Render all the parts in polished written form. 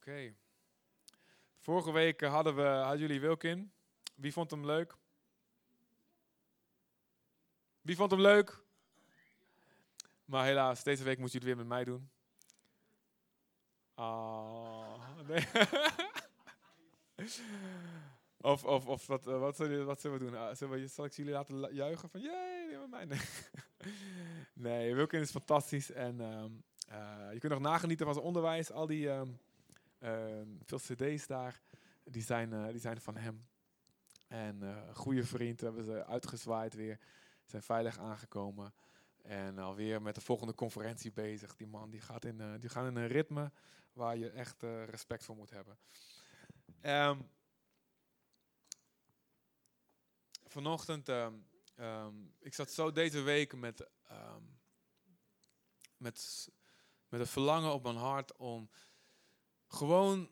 Oké. Vorige week hadden jullie Wilkin. Wie vond hem leuk? Wie vond hem leuk? Maar helaas, deze week moet je het weer met mij doen. Nee. Wat zullen we doen? Zal ik jullie laten juichen van jee, met mij? Nee. Nee, Wilkin is fantastisch. En je kunt nog nagenieten van zijn onderwijs. Al die veel cd's daar, die zijn van hem. En een goede vriend hebben ze uitgezwaaid weer. Zijn veilig aangekomen. En alweer met de volgende conferentie bezig. Die man die gaat in een ritme waar je echt respect voor moet hebben. Vanochtend, ik zat zo deze week met het verlangen op mijn hart om gewoon,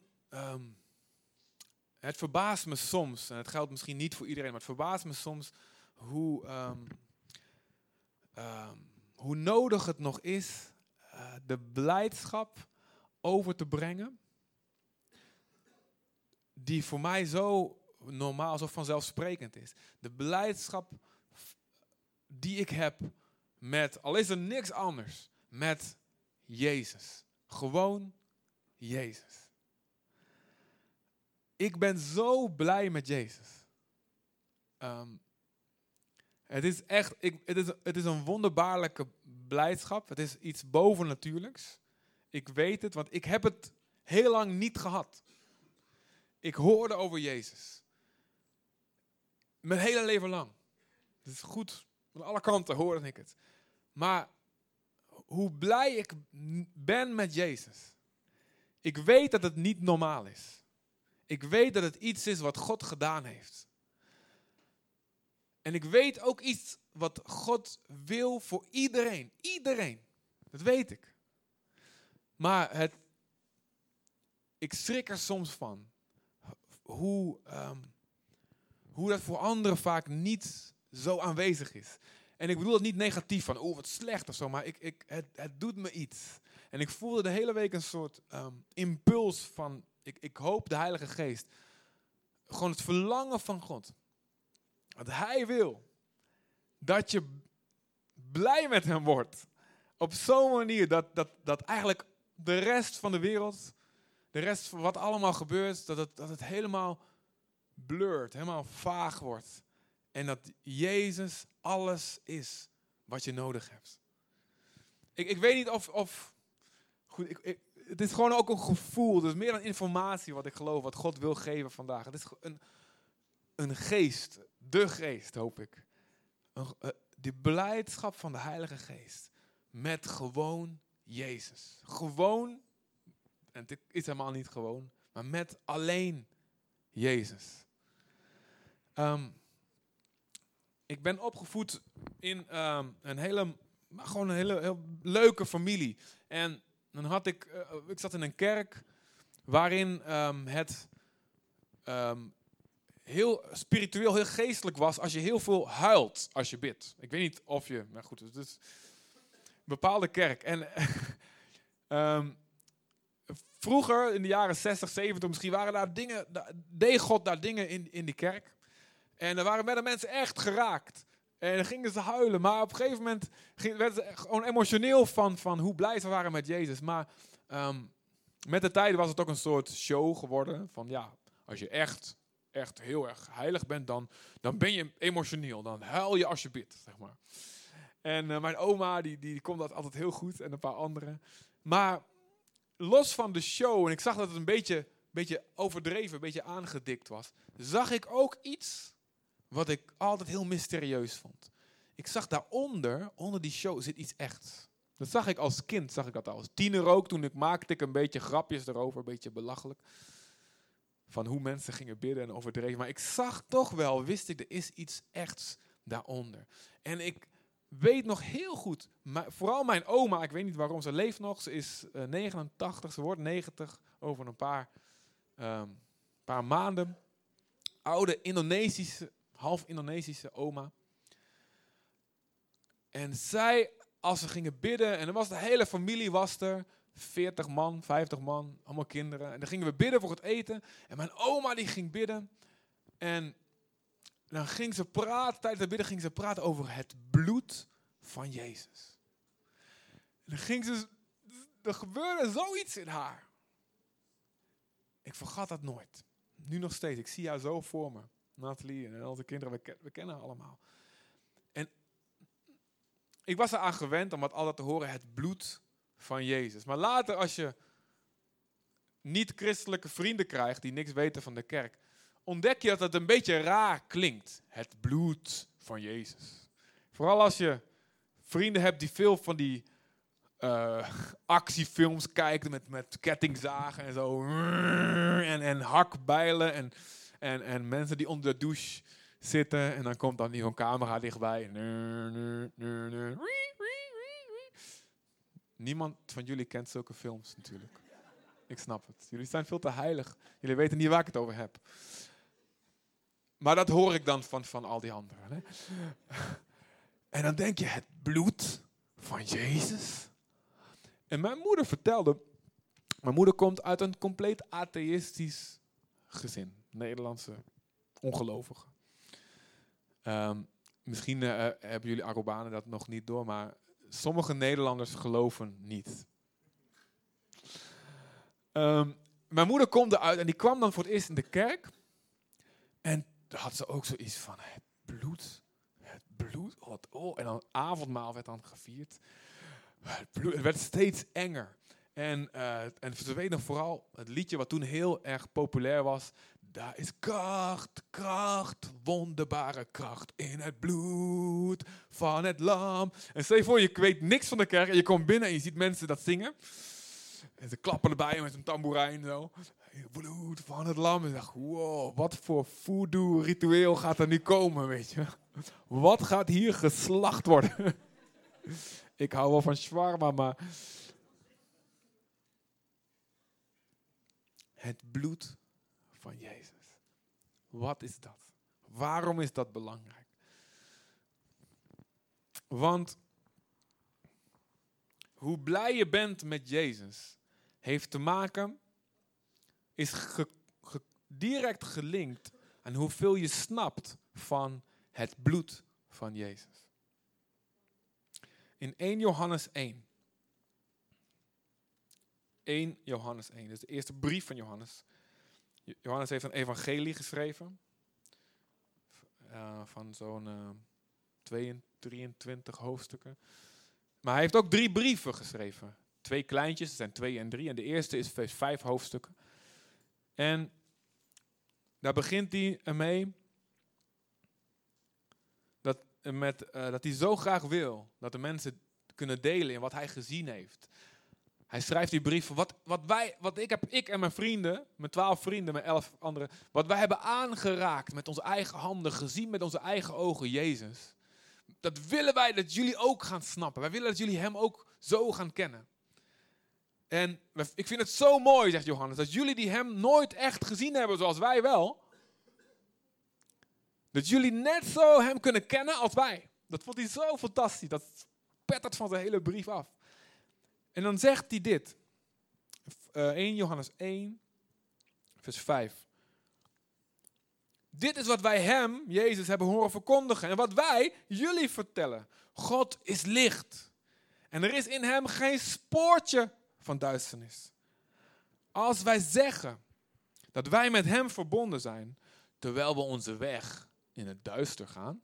het verbaast me soms, en het geldt misschien niet voor iedereen, maar het verbaast me soms hoe nodig het nog is de blijdschap over te brengen, die voor mij zo normaal, zo vanzelfsprekend is. De blijdschap die ik heb met, al is er niks anders, met Jezus. Gewoon Jezus. Ik ben zo blij met Jezus. Het is echt, het is een wonderbaarlijke blijdschap. Het is iets bovennatuurlijks. Ik weet het, want ik heb het heel lang niet gehad. Ik hoorde over Jezus. Mijn hele leven lang. Het is goed, van alle kanten hoorde ik het. Maar hoe blij ik ben met Jezus. Ik weet dat het niet normaal is. Ik weet dat het iets is wat God gedaan heeft. En ik weet ook iets wat God wil voor iedereen. Iedereen. Dat weet ik. Maar ik schrik er soms van. Hoe dat voor anderen vaak niet zo aanwezig is. En ik bedoel het niet negatief van, wat slecht of zo, maar het doet me iets. En ik voelde de hele week een soort impuls van, ik hoop de Heilige Geest. Gewoon het verlangen van God. Dat Hij wil dat je blij met Hem wordt. Op zo'n manier dat eigenlijk de rest van de wereld, de rest van wat allemaal gebeurt, dat het helemaal blurt, helemaal vaag wordt. En dat Jezus alles is wat je nodig hebt. Ik weet niet of goed, het is gewoon ook een gevoel. Het is meer dan informatie wat ik geloof, wat God wil geven vandaag. Het is een geest, de geest hoop ik. Die blijdschap van de Heilige Geest. Met gewoon Jezus. Gewoon, en het is helemaal niet gewoon, maar met alleen Jezus. Ik ben opgevoed in een heel leuke familie. En dan had ik zat in een kerk waarin het heel spiritueel, heel geestelijk was als je heel veel huilt als je bidt. Ik weet niet of je, maar goed, het is een bepaalde kerk. En vroeger, in de jaren 60, 70 misschien, waren daar dingen, deed God daar dingen in die kerk. En er werden mensen echt geraakt. En dan gingen ze huilen. Maar op een gegeven moment werden ze gewoon emotioneel van hoe blij ze waren met Jezus. Maar met de tijd was het ook een soort show geworden. Van ja, als je echt heel erg heilig bent, dan ben je emotioneel. Dan huil je als je bidt, zeg maar. En mijn oma, die kon dat altijd heel goed. En een paar anderen. Maar los van de show, en ik zag dat het een beetje overdreven, een beetje aangedikt was, zag ik ook iets wat ik altijd heel mysterieus vond. Ik zag onder die show zit iets echt. Dat zag ik als kind, zag ik dat al. Als tiener ook, toen maakte ik een beetje grapjes erover, een beetje belachelijk. Van hoe mensen gingen bidden en overdreven. Maar ik zag toch wel, wist ik, er is iets echts daaronder. En ik weet nog heel goed, vooral mijn oma, ik weet niet waarom, ze leeft nog. Ze is 89, ze wordt 90 over een paar maanden. Oude half Indonesische oma. En zij, als ze gingen bidden, en dan was de hele familie was er, 40 man, 50 man, allemaal kinderen. En dan gingen we bidden voor het eten. En mijn oma die ging bidden. En dan ging ze praten, tijdens het bidden ging ze praten over het bloed van Jezus. En er gebeurde zoiets in haar. Ik vergat dat nooit. Nu nog steeds. Ik zie haar zo voor me. Nathalie en onze kinderen, we kennen haar allemaal. En ik was eraan gewend om het altijd te horen, het bloed van Jezus. Maar later, als je niet-christelijke vrienden krijgt die niks weten van de kerk, ontdek je dat het een beetje raar klinkt. Het bloed van Jezus. Vooral als je vrienden hebt die veel van die actiefilms kijken met kettingzagen en zo. En hakbijlen en mensen die onder de douche zitten. En dan komt dan zo'n camera dichtbij. Niemand van jullie kent zulke films natuurlijk. Ik snap het. Jullie zijn veel te heilig. Jullie weten niet waar ik het over heb. Maar dat hoor ik dan van al die anderen. Hè? En dan denk je, het bloed van Jezus. En mijn moeder vertelde, mijn moeder komt uit een compleet atheïstisch gezin. Nederlandse ongelovigen. Misschien hebben jullie Arubanen dat nog niet door, maar sommige Nederlanders geloven niet. Mijn moeder komt eruit en die kwam dan voor het eerst in de kerk. En daar had ze ook zoiets van, het bloed, en dan avondmaal werd dan gevierd. Het werd steeds enger. En ze weet nog vooral het liedje wat toen heel erg populair was. Daar is kracht, wonderbare kracht in het bloed van het lam. En stel je voor, je weet niks van de kerk en je komt binnen en je ziet mensen dat zingen. En ze klappen erbij met een tamboerijn zo. Bloed van het lam. En ik dacht, wow, wat voor voodoo-ritueel gaat er nu komen, weet je. Wat gaat hier geslacht worden? Ik hou wel van shawarma, maar het bloed van Jezus. Wat is dat? Waarom is dat belangrijk? Want hoe blij je bent met Jezus heeft te maken, is direct gelinkt aan hoeveel je snapt van het bloed van Jezus. In 1 Johannes 1. 1 Johannes 1, dat is de eerste brief van Johannes. Johannes heeft een evangelie geschreven. Van zo'n 23 hoofdstukken. Maar hij heeft ook 3 brieven geschreven. 2 kleintjes, dat zijn 2 en 3. En de eerste is 5 hoofdstukken. En daar begint hij ermee dat hij zo graag wil dat de mensen kunnen delen in wat hij gezien heeft. Hij schrijft die brieven, ik en mijn vrienden, mijn 12 vrienden, mijn 11 anderen, wat wij hebben aangeraakt met onze eigen handen, gezien met onze eigen ogen, Jezus. Dat willen wij dat jullie ook gaan snappen. Wij willen dat jullie hem ook zo gaan kennen. En ik vind het zo mooi, zegt Johannes, dat jullie die hem nooit echt gezien hebben zoals wij wel, dat jullie net zo hem kunnen kennen als wij. Dat vond hij zo fantastisch. Dat pettert van zijn hele brief af. En dan zegt hij dit. 1 Johannes 1, vers 5. Dit is wat wij hem, Jezus, hebben horen verkondigen. En wat wij jullie vertellen. God is licht. En er is in hem geen spoortje van duisternis. Als wij zeggen dat wij met hem verbonden zijn, terwijl we onze weg in het duister gaan,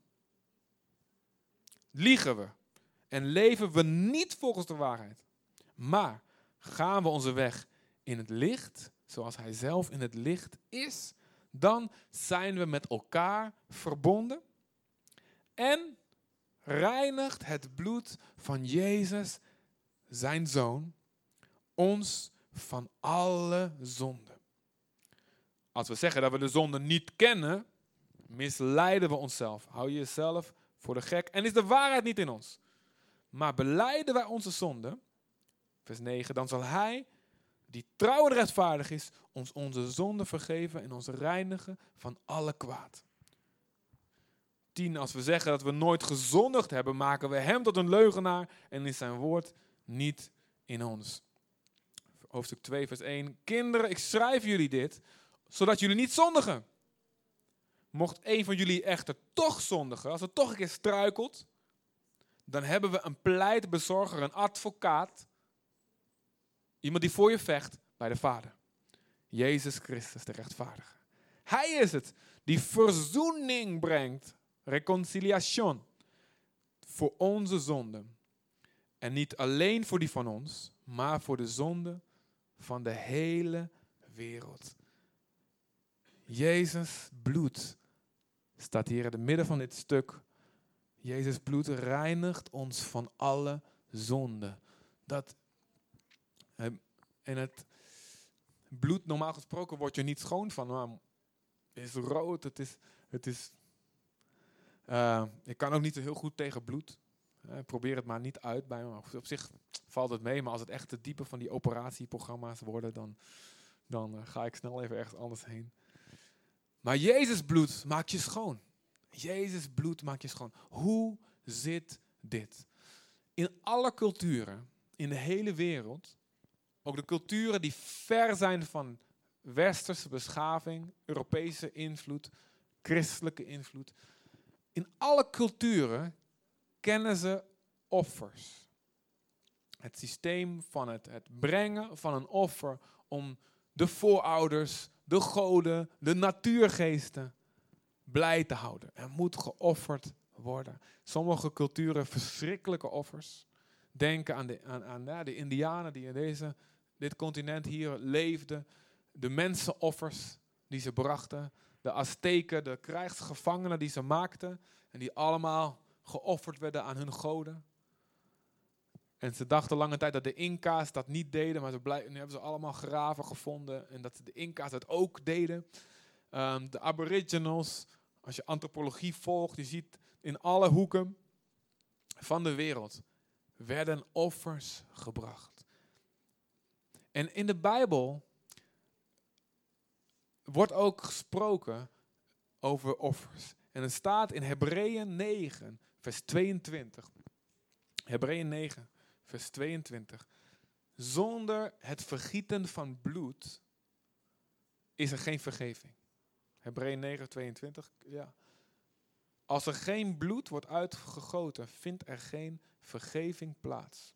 liegen we en leven we niet volgens de waarheid. Maar gaan we onze weg in het licht, zoals hij zelf in het licht is, dan zijn we met elkaar verbonden. En reinigt het bloed van Jezus, zijn Zoon, ons van alle zonde. Als we zeggen dat we de zonde niet kennen, misleiden we onszelf. Hou je jezelf voor de gek en is de waarheid niet in ons. Maar belijden wij onze zonde, vers 9, dan zal hij, die trouw en rechtvaardig is, ons onze zonde vergeven en ons reinigen van alle kwaad. 10, als we zeggen dat we nooit gezondigd hebben, maken we hem tot een leugenaar en is zijn woord niet in ons. hoofdstuk 2, vers 1. Kinderen, ik schrijf jullie dit, zodat jullie niet zondigen. Mocht een van jullie echter toch zondigen, als het toch een keer struikelt, dan hebben we een pleitbezorger, een advocaat, iemand die voor je vecht bij de Vader. Jezus Christus, de rechtvaardige. Hij is het die verzoening brengt, reconciliation, voor onze zonden. En niet alleen voor die van ons, maar voor de zonde van de hele wereld. Jezus bloed staat hier in het midden van dit stuk. Jezus bloed reinigt ons van alle zonde. Dat in het bloed, normaal gesproken, word je niet schoon van. Maar het is rood, ik kan ook niet zo heel goed tegen bloed. Probeer het maar niet uit bij me. Maar op zich valt het mee, maar als het echt te diepe van die operatieprogramma's worden, dan ga ik snel even ergens anders heen. Maar Jezus bloed maakt je schoon. Jezus bloed maakt je schoon. Hoe zit dit? In alle culturen, in de hele wereld, ook de culturen die ver zijn van westerse beschaving, Europese invloed, christelijke invloed. In alle culturen kennen ze offers. Het systeem van het brengen van een offer om de voorouders, de goden, de natuurgeesten blij te houden. Er moet geofferd worden. Sommige culturen verschrikkelijke offers. Denken aan de Indianen die in dit continent hier leefden. De mensenoffers die ze brachten. De Azteken, de krijgsgevangenen die ze maakten. En die allemaal geofferd werden aan hun goden. En ze dachten lange tijd dat de Inca's dat niet deden. Maar nu hebben ze allemaal graven gevonden. En dat de Inca's dat ook deden. De Aboriginals, als je antropologie volgt, je ziet in alle hoeken van de wereld werden offers gebracht. En in de Bijbel wordt ook gesproken over offers. En het staat in Hebreeën 9, vers 22. Hebreeën 9, vers 22. Zonder het vergieten van bloed is er geen vergeving. Hebreeën 9, 22. Ja. Als er geen bloed wordt uitgegoten, vindt er geen vergeving plaats.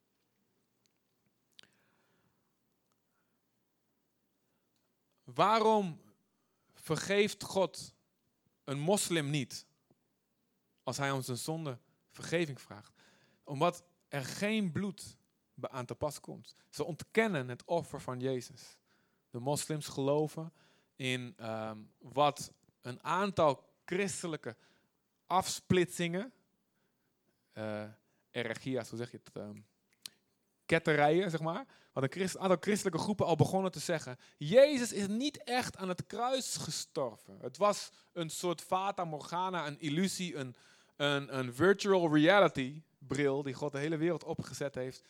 Waarom vergeeft God een moslim niet als hij om zijn zonde vergeving vraagt? Omdat er geen bloed aan te pas komt. Ze ontkennen het offer van Jezus. De moslims geloven in wat een aantal christelijke afsplitsingen, ergia's, hoe zeg je het, ketterijen, zeg maar. Wat een aantal christelijke groepen al begonnen te zeggen. Jezus is niet echt aan het kruis gestorven. Het was een soort fata morgana, een illusie, een virtual reality bril die God de hele wereld opgezet heeft.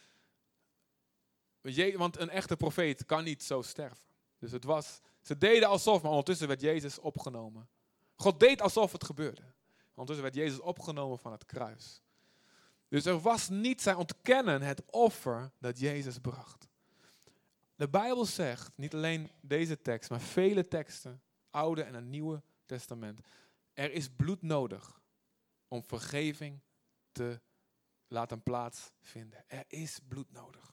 Want een echte profeet kan niet zo sterven. Dus ze deden alsof, maar ondertussen werd Jezus opgenomen. God deed alsof het gebeurde. Ondertussen werd Jezus opgenomen van het kruis. Dus er was niet, zij ontkennen het offer dat Jezus bracht. De Bijbel zegt, niet alleen deze tekst, maar vele teksten, Oude en het Nieuwe Testament. Er is bloed nodig om vergeving te laten plaatsvinden. Er is bloed nodig.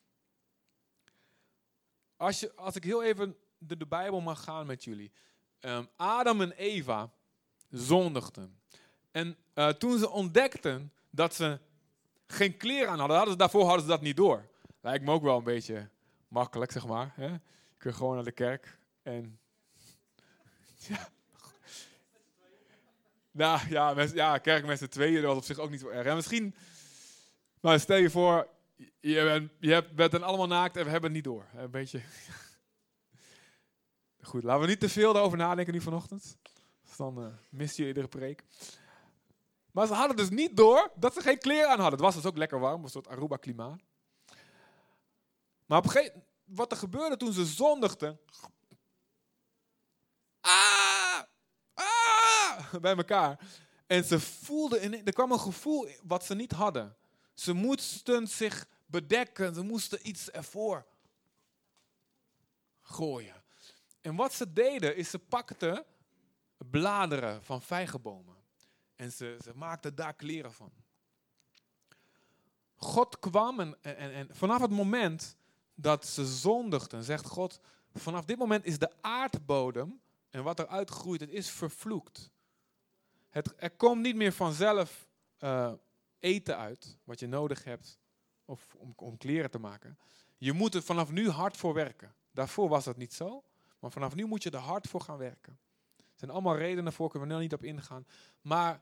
Als ik heel even de Bijbel mag gaan met jullie. Adam en Eva zondigden. En toen ze ontdekten dat ze geen kleren aan hadden, daarvoor hadden ze dat niet door. Lijkt me ook wel een beetje makkelijk, zeg maar. Hè? Je kunt gewoon naar de kerk en... ja. Nou ja, kerk met z'n tweeën, dat was op zich ook niet zo erg. En misschien, maar stel je voor, je bent dan allemaal naakt en we hebben het niet door. Een beetje... Goed, laten we niet te veel erover nadenken nu vanochtend. Dan mist je iedere preek. Maar ze hadden dus niet door dat ze geen kleren aan hadden. Het was dus ook lekker warm, een soort Aruba-klimaat. Maar op een gegeven moment, wat er gebeurde toen ze zondigden... bij elkaar. En ze voelden, er kwam een gevoel wat ze niet hadden. Ze moesten zich bedekken, ze moesten iets ervoor gooien. En wat ze deden, is ze pakten bladeren van vijgenbomen. En ze maakten daar kleren van. God kwam en vanaf het moment dat ze zondigden, zegt God, vanaf dit moment is de aardbodem en wat eruit groeit, het is vervloekt. Er komt niet meer vanzelf eten uit, wat je nodig hebt of om kleren te maken. Je moet er vanaf nu hard voor werken. Daarvoor was dat niet zo, maar vanaf nu moet je er hard voor gaan werken. Er zijn allemaal redenen voor, kunnen we er niet op ingaan. Maar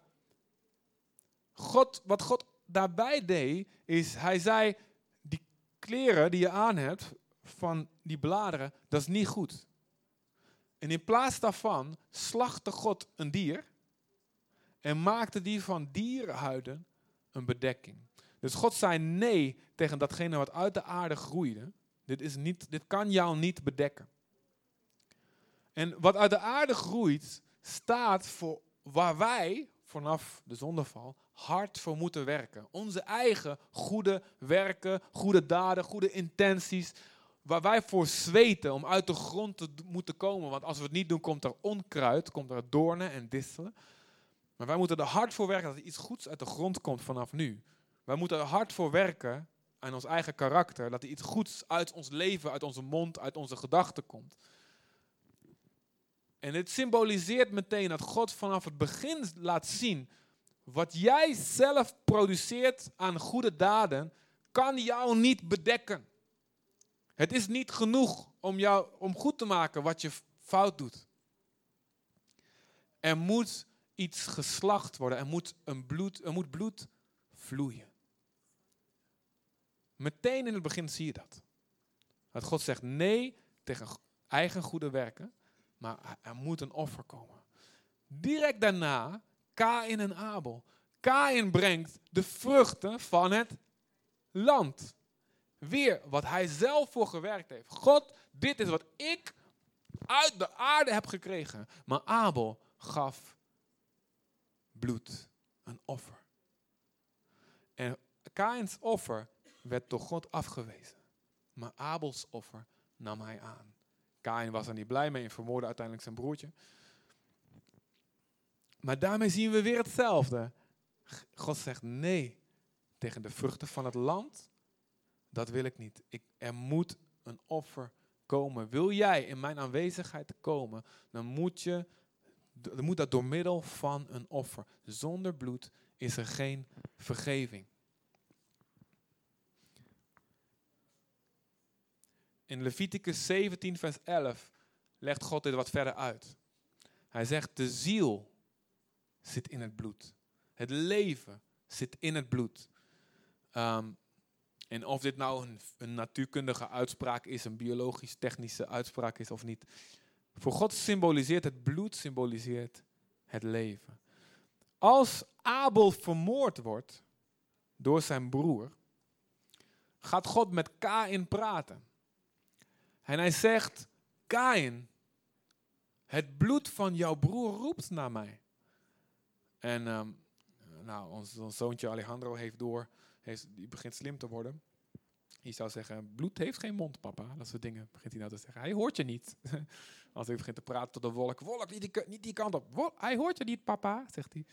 wat God daarbij deed, is hij zei, die kleren die je aan hebt, van die bladeren, dat is niet goed. En in plaats daarvan slachtte God een dier en maakte die van dierenhuiden een bedekking. Dus God zei nee tegen datgene wat uit de aarde groeide. Dit kan jou niet bedekken. En wat uit de aarde groeit, staat voor waar wij vanaf de zondeval hard voor moeten werken. Onze eigen goede werken, goede daden, goede intenties. Waar wij voor zweten om uit de grond te moeten komen. Want als we het niet doen, komt er onkruid, komt er doornen en distelen. Maar wij moeten er hard voor werken dat er iets goeds uit de grond komt vanaf nu. Wij moeten er hard voor werken aan ons eigen karakter. Dat er iets goeds uit ons leven, uit onze mond, uit onze gedachten komt. En dit symboliseert meteen dat God vanaf het begin laat zien, wat jij zelf produceert aan goede daden, kan jou niet bedekken. Het is niet genoeg om goed te maken wat je fout doet. Er moet iets geslacht worden, er moet bloed vloeien. Meteen in het begin zie je dat. Dat God zegt nee tegen eigen goede werken, maar er moet een offer komen. Direct daarna, Kaïn en Abel. Kaïn brengt de vruchten van het land. Weer wat hij zelf voor gewerkt heeft. God, dit is wat ik uit de aarde heb gekregen. Maar Abel gaf bloed, een offer. En Kaïns offer werd door God afgewezen. Maar Abels offer nam hij aan. Kaïn was er niet blij mee en vermoordde uiteindelijk zijn broertje. Maar daarmee zien we weer hetzelfde. God zegt nee tegen de vruchten van het land. Dat wil ik niet. Er moet een offer komen. Wil jij in mijn aanwezigheid komen, dan moet dat door middel van een offer. Zonder bloed is er geen vergeving. In Leviticus 17 vers 11 legt God dit wat verder uit. Hij zegt, de ziel zit in het bloed. Het leven zit in het bloed. En of dit nou een natuurkundige uitspraak is, een biologisch-technische uitspraak is of niet. Voor God symboliseert het bloed, symboliseert het leven. Als Abel vermoord wordt door zijn broer, gaat God met Kaïn praten. En hij zegt, Kaïn, het bloed van jouw broer roept naar mij. En ons zoontje Alejandro heeft die begint slim te worden. Die zou zeggen, bloed heeft geen mond, papa. Dat soort dingen begint hij nou te zeggen. Hij hoort je niet. Als hij begint te praten tot de wolk. Wolk, niet die kant op. Hij hoort je niet, papa, zegt hij.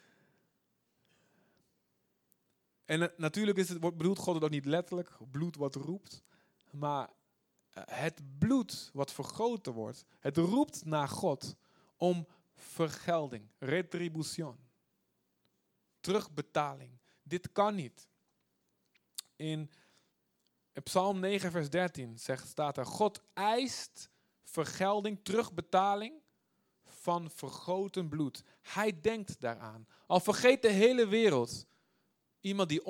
En natuurlijk bedoelt God het ook niet letterlijk. Bloed wat roept. Maar het bloed wat vergoten wordt. Het roept naar God om vergelding. Retribution. Terugbetaling. Dit kan niet. In Psalm 9 vers 13 staat er, God eist vergelding, terugbetaling van vergoten bloed. Hij denkt daaraan. Al vergeet de hele wereld iemand die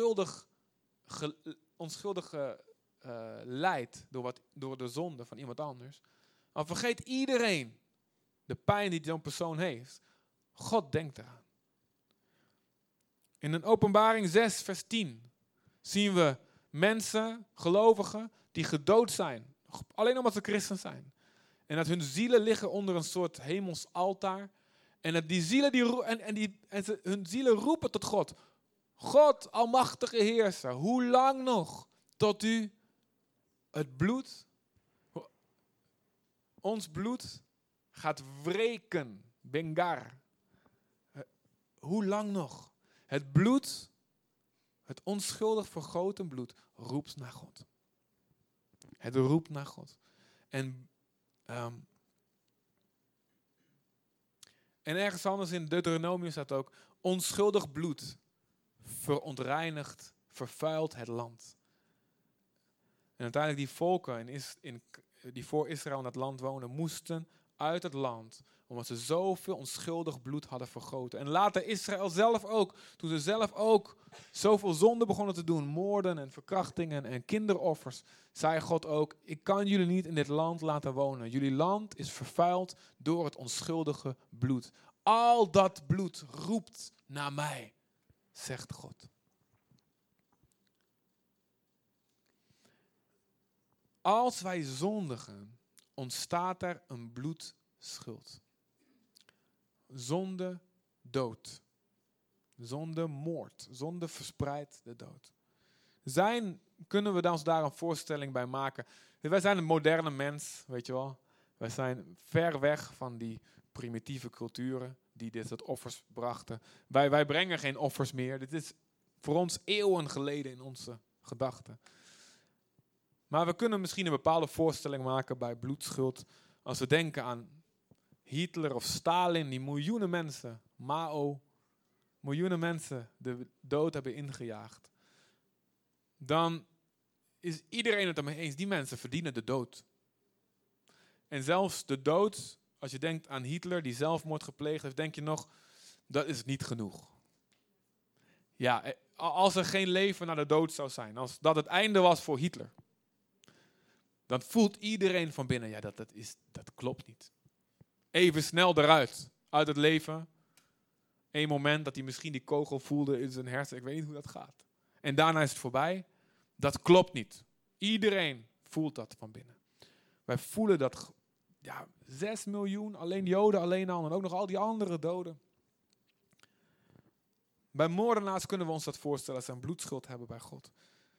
onschuldig lijdt door de zonde van iemand anders. Al vergeet iedereen de pijn die zo'n persoon heeft. God denkt eraan. In een Openbaring 6 vers 10 zien we mensen, gelovigen, die gedood zijn. Alleen omdat ze christen zijn. En dat hun zielen liggen onder een soort hemels altaar. En dat die zielen hun zielen roepen tot God. God, almachtige heerser, hoe lang nog tot u het bloed Ons bloed gaat wreken. Bengar. Hoe lang nog? Het bloed, het onschuldig vergoten bloed, roept naar God. Het roept naar God. En ergens anders in Deuteronomium staat ook, onschuldig bloed verontreinigt, vervuilt het land. En uiteindelijk die volken die voor Israël in dat land woonden, moesten uit het land, omdat ze zoveel onschuldig bloed hadden vergoten. En later Israël zelf ook, toen ze zelf ook zoveel zonde begonnen te doen, moorden en verkrachtingen en kinderoffers, zei God ook, ik kan jullie niet in dit land laten wonen. Jullie land is vervuild door het onschuldige bloed. Al dat bloed roept naar mij, zegt God. Als wij zondigen, ontstaat er een bloedschuld. Zonde, dood. Zonde, moord. Zonde verspreidt de dood. Kunnen we ons daar een voorstelling bij maken? Wij zijn een moderne mens, weet je wel. Wij zijn ver weg van die primitieve culturen die dit soort offers brachten. Wij brengen geen offers meer. Dit is voor ons eeuwen geleden in onze gedachten. Maar we kunnen misschien een bepaalde voorstelling maken bij bloedschuld. Als we denken aan Hitler of Stalin, die miljoenen mensen, Mao, miljoenen mensen de dood hebben ingejaagd. Dan is iedereen het ermee eens, die mensen verdienen de dood. En zelfs de dood, als je denkt aan Hitler die zelfmoord gepleegd heeft, denk je nog, dat is niet genoeg. Ja, als er geen leven na de dood zou zijn, als dat het einde was voor Hitler, dan voelt iedereen van binnen, ja, dat klopt niet. Even snel eruit, uit het leven. Eén moment dat hij misschien die kogel voelde in zijn hersen, ik weet niet hoe dat gaat. En daarna is het voorbij. Dat klopt niet. Iedereen voelt dat van binnen. Wij voelen dat 6 miljoen, alleen Joden alleen al, en ook nog al die andere doden. Bij moordenaars kunnen we ons dat voorstellen, als ze een bloedschuld hebben bij God.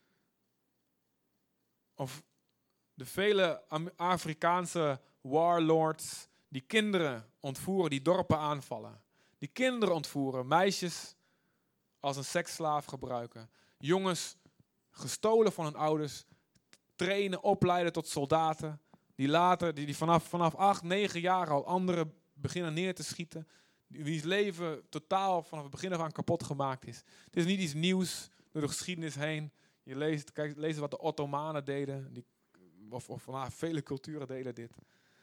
Of de vele Afrikaanse warlords die kinderen ontvoeren, die dorpen aanvallen. Die kinderen ontvoeren, meisjes als een seksslaaf gebruiken. Jongens gestolen van hun ouders, trainen, opleiden tot soldaten. Die vanaf 8, 9 jaar al anderen beginnen neer te schieten. Wie's leven totaal vanaf het begin af aan kapot gemaakt is. Het is niet iets nieuws door de geschiedenis heen. Je leest wat de Ottomanen deden. Vele culturen deden dit.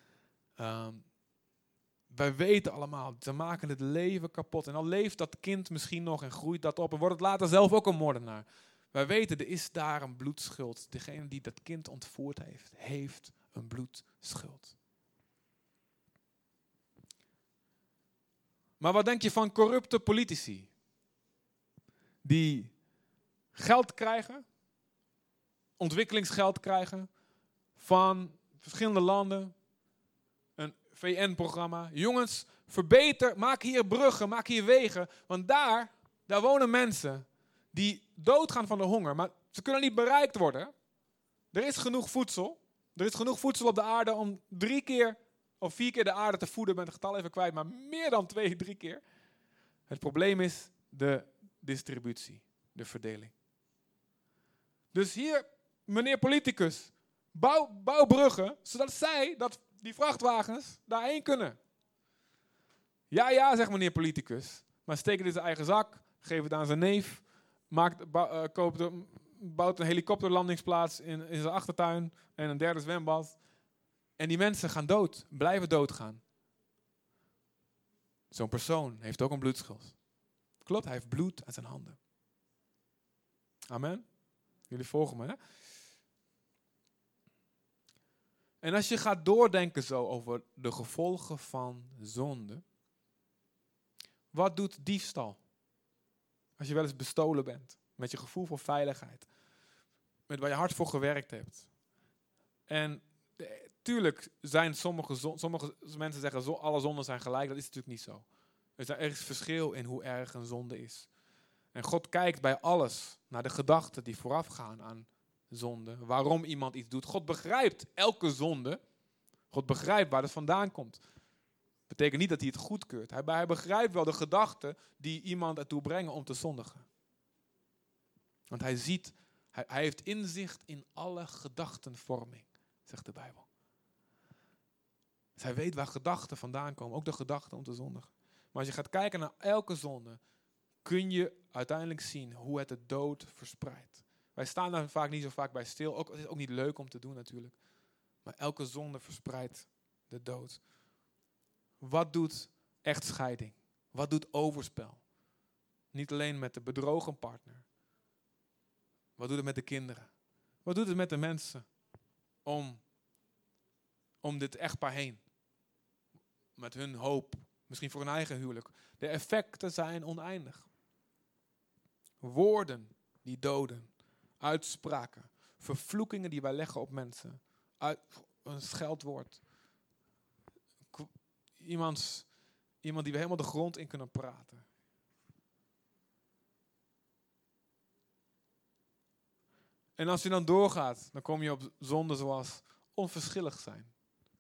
Wij weten allemaal, ze maken het leven kapot. En dan leeft dat kind misschien nog en groeit dat op. En wordt het later zelf ook een moordenaar. Wij weten, er is daar een bloedschuld. Degene die dat kind ontvoerd heeft een bloedschuld. Maar wat denk je van corrupte politici? Die geld krijgen, ontwikkelingsgeld krijgen van verschillende landen, een VN-programma. Jongens, maak hier bruggen, maak hier wegen, want daar wonen mensen die doodgaan van de honger, maar ze kunnen niet bereikt worden. Er is genoeg voedsel. Er is genoeg voedsel op de aarde om 3 keer of 4 keer de aarde te voeden. Ik ben het getal even kwijt, maar meer dan 2, 3 keer. Het probleem is de distributie, de verdeling. Dus hier, meneer politicus, bouw bruggen, zodat die vrachtwagens daarheen kunnen. Ja, zegt meneer politicus, maar steek het in zijn eigen zak, geef het aan zijn neef, bouwt een helikopterlandingsplaats in zijn achtertuin en een 3e zwembad. En die mensen gaan dood, blijven doodgaan. Zo'n persoon heeft ook een bloedschuld. Klopt, hij heeft bloed aan zijn handen. Amen. Jullie volgen me, hè? En als je gaat doordenken zo over de gevolgen van zonde. Wat doet diefstal? Als je wel eens bestolen bent. Met je gevoel voor veiligheid. Met waar je hard voor gewerkt hebt. En tuurlijk zijn sommige mensen zeggen alle zonden zijn gelijk. Dat is natuurlijk niet zo. Er is verschil in hoe erg een zonde is. En God kijkt bij alles naar de gedachten die voorafgaan aan zonde. Waarom iemand iets doet. God begrijpt elke zonde. God begrijpt waar het vandaan komt. Betekent niet dat hij het goedkeurt. Hij begrijpt wel de gedachten die iemand ertoe brengen om te zondigen. Want hij ziet, hij heeft inzicht in alle gedachtenvorming, zegt de Bijbel. Dus hij weet waar gedachten vandaan komen, ook de gedachten om te zondigen. Maar als je gaat kijken naar elke zonde, kun je uiteindelijk zien hoe het de dood verspreidt. Wij staan daar vaak niet zo vaak bij stil. Het is ook niet leuk om te doen natuurlijk. Maar elke zonde verspreidt de dood. Wat doet echtscheiding? Wat doet overspel? Niet alleen met de bedrogen partner. Wat doet het met de kinderen? Wat doet het met de mensen om dit echtpaar heen? Met hun hoop, misschien voor hun eigen huwelijk. De effecten zijn oneindig. Woorden die doden. Uitspraken. Vervloekingen die wij leggen op mensen. Een scheldwoord. Iemand die we helemaal de grond in kunnen praten. En als je dan doorgaat, dan kom je op zonden zoals onverschillig zijn.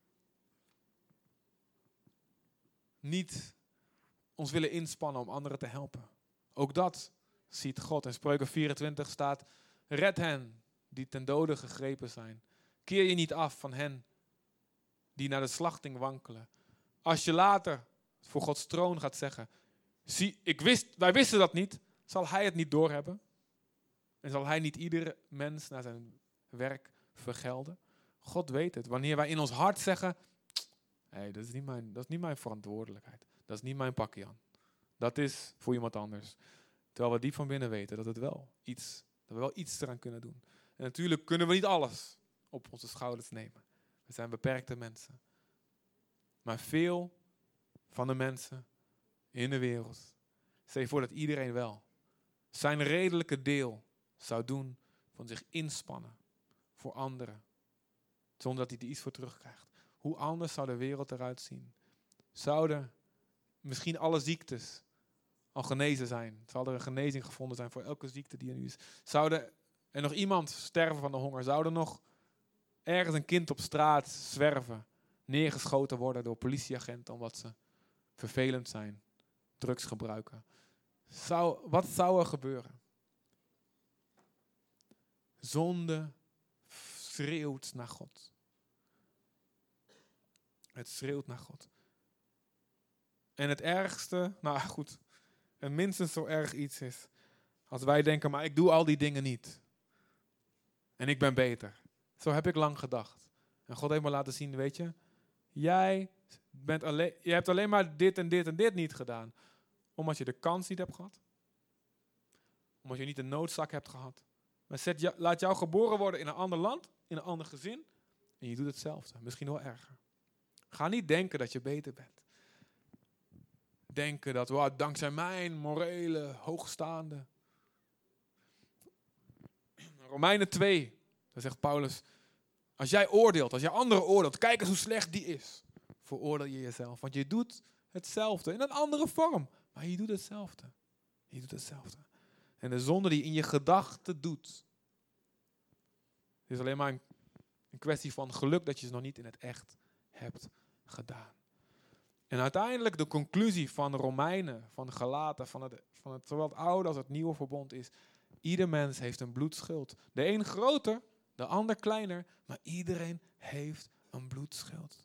Niet ons willen inspannen om anderen te helpen. Ook dat ziet God. In Spreuken 24 staat: red hen die ten dode gegrepen zijn. Keer je niet af van hen die naar de slachting wankelen. Als je later voor Gods troon gaat zeggen: zie, wij wisten dat niet, zal hij het niet doorhebben? En zal hij niet iedere mens naar zijn werk vergelden? God weet het. Wanneer wij in ons hart zeggen: hey, dat is niet mijn verantwoordelijkheid. Dat is niet mijn pakje aan. Dat is voor iemand anders. Terwijl we diep van binnen weten dat we wel iets eraan kunnen doen. En natuurlijk kunnen we niet alles op onze schouders nemen. We zijn beperkte mensen. Maar veel van de mensen in de wereld, stel je voor dat iedereen wel zijn redelijke deel zou doen van zich inspannen voor anderen. Zonder dat hij er iets voor terugkrijgt. Hoe anders zou de wereld eruit zien? Zouden misschien alle ziektes al genezen zijn? Zou er een genezing gevonden zijn voor elke ziekte die er nu is? Zou er nog iemand sterven van de honger? Zou er nog ergens een kind op straat zwerven, neergeschoten worden door politieagenten omdat ze vervelend zijn, drugs gebruiken? Wat zou er gebeuren? Zonde schreeuwt naar God. Het schreeuwt naar God. En het ergste, nou goed, en minstens zo erg iets is, als wij denken, maar ik doe al die dingen niet. En ik ben beter. Zo heb ik lang gedacht. En God heeft me laten zien, weet je, je hebt alleen maar dit en dit en dit niet gedaan. Omdat je de kans niet hebt gehad. Omdat je niet de noodzaak hebt gehad. Maar laat jou geboren worden in een ander land, in een ander gezin. En je doet hetzelfde, misschien wel erger. Ga niet denken dat je beter bent. Denken dat, dankzij mijn morele, hoogstaande. Romeinen 2, daar zegt Paulus: als jij oordeelt, als jij anderen oordeelt, kijk eens hoe slecht die is. Veroordeel je jezelf, want je doet hetzelfde in een andere vorm. Maar je doet hetzelfde. Je doet hetzelfde. En de zonde die je in je gedachten doet, is alleen maar een kwestie van geluk dat je ze nog niet in het echt hebt gedaan. En uiteindelijk de conclusie van de Romeinen, van de Galaten, van het zowel het oude als het nieuwe verbond is: ieder mens heeft een bloedschuld. De een groter, de ander kleiner, maar iedereen heeft een bloedschuld.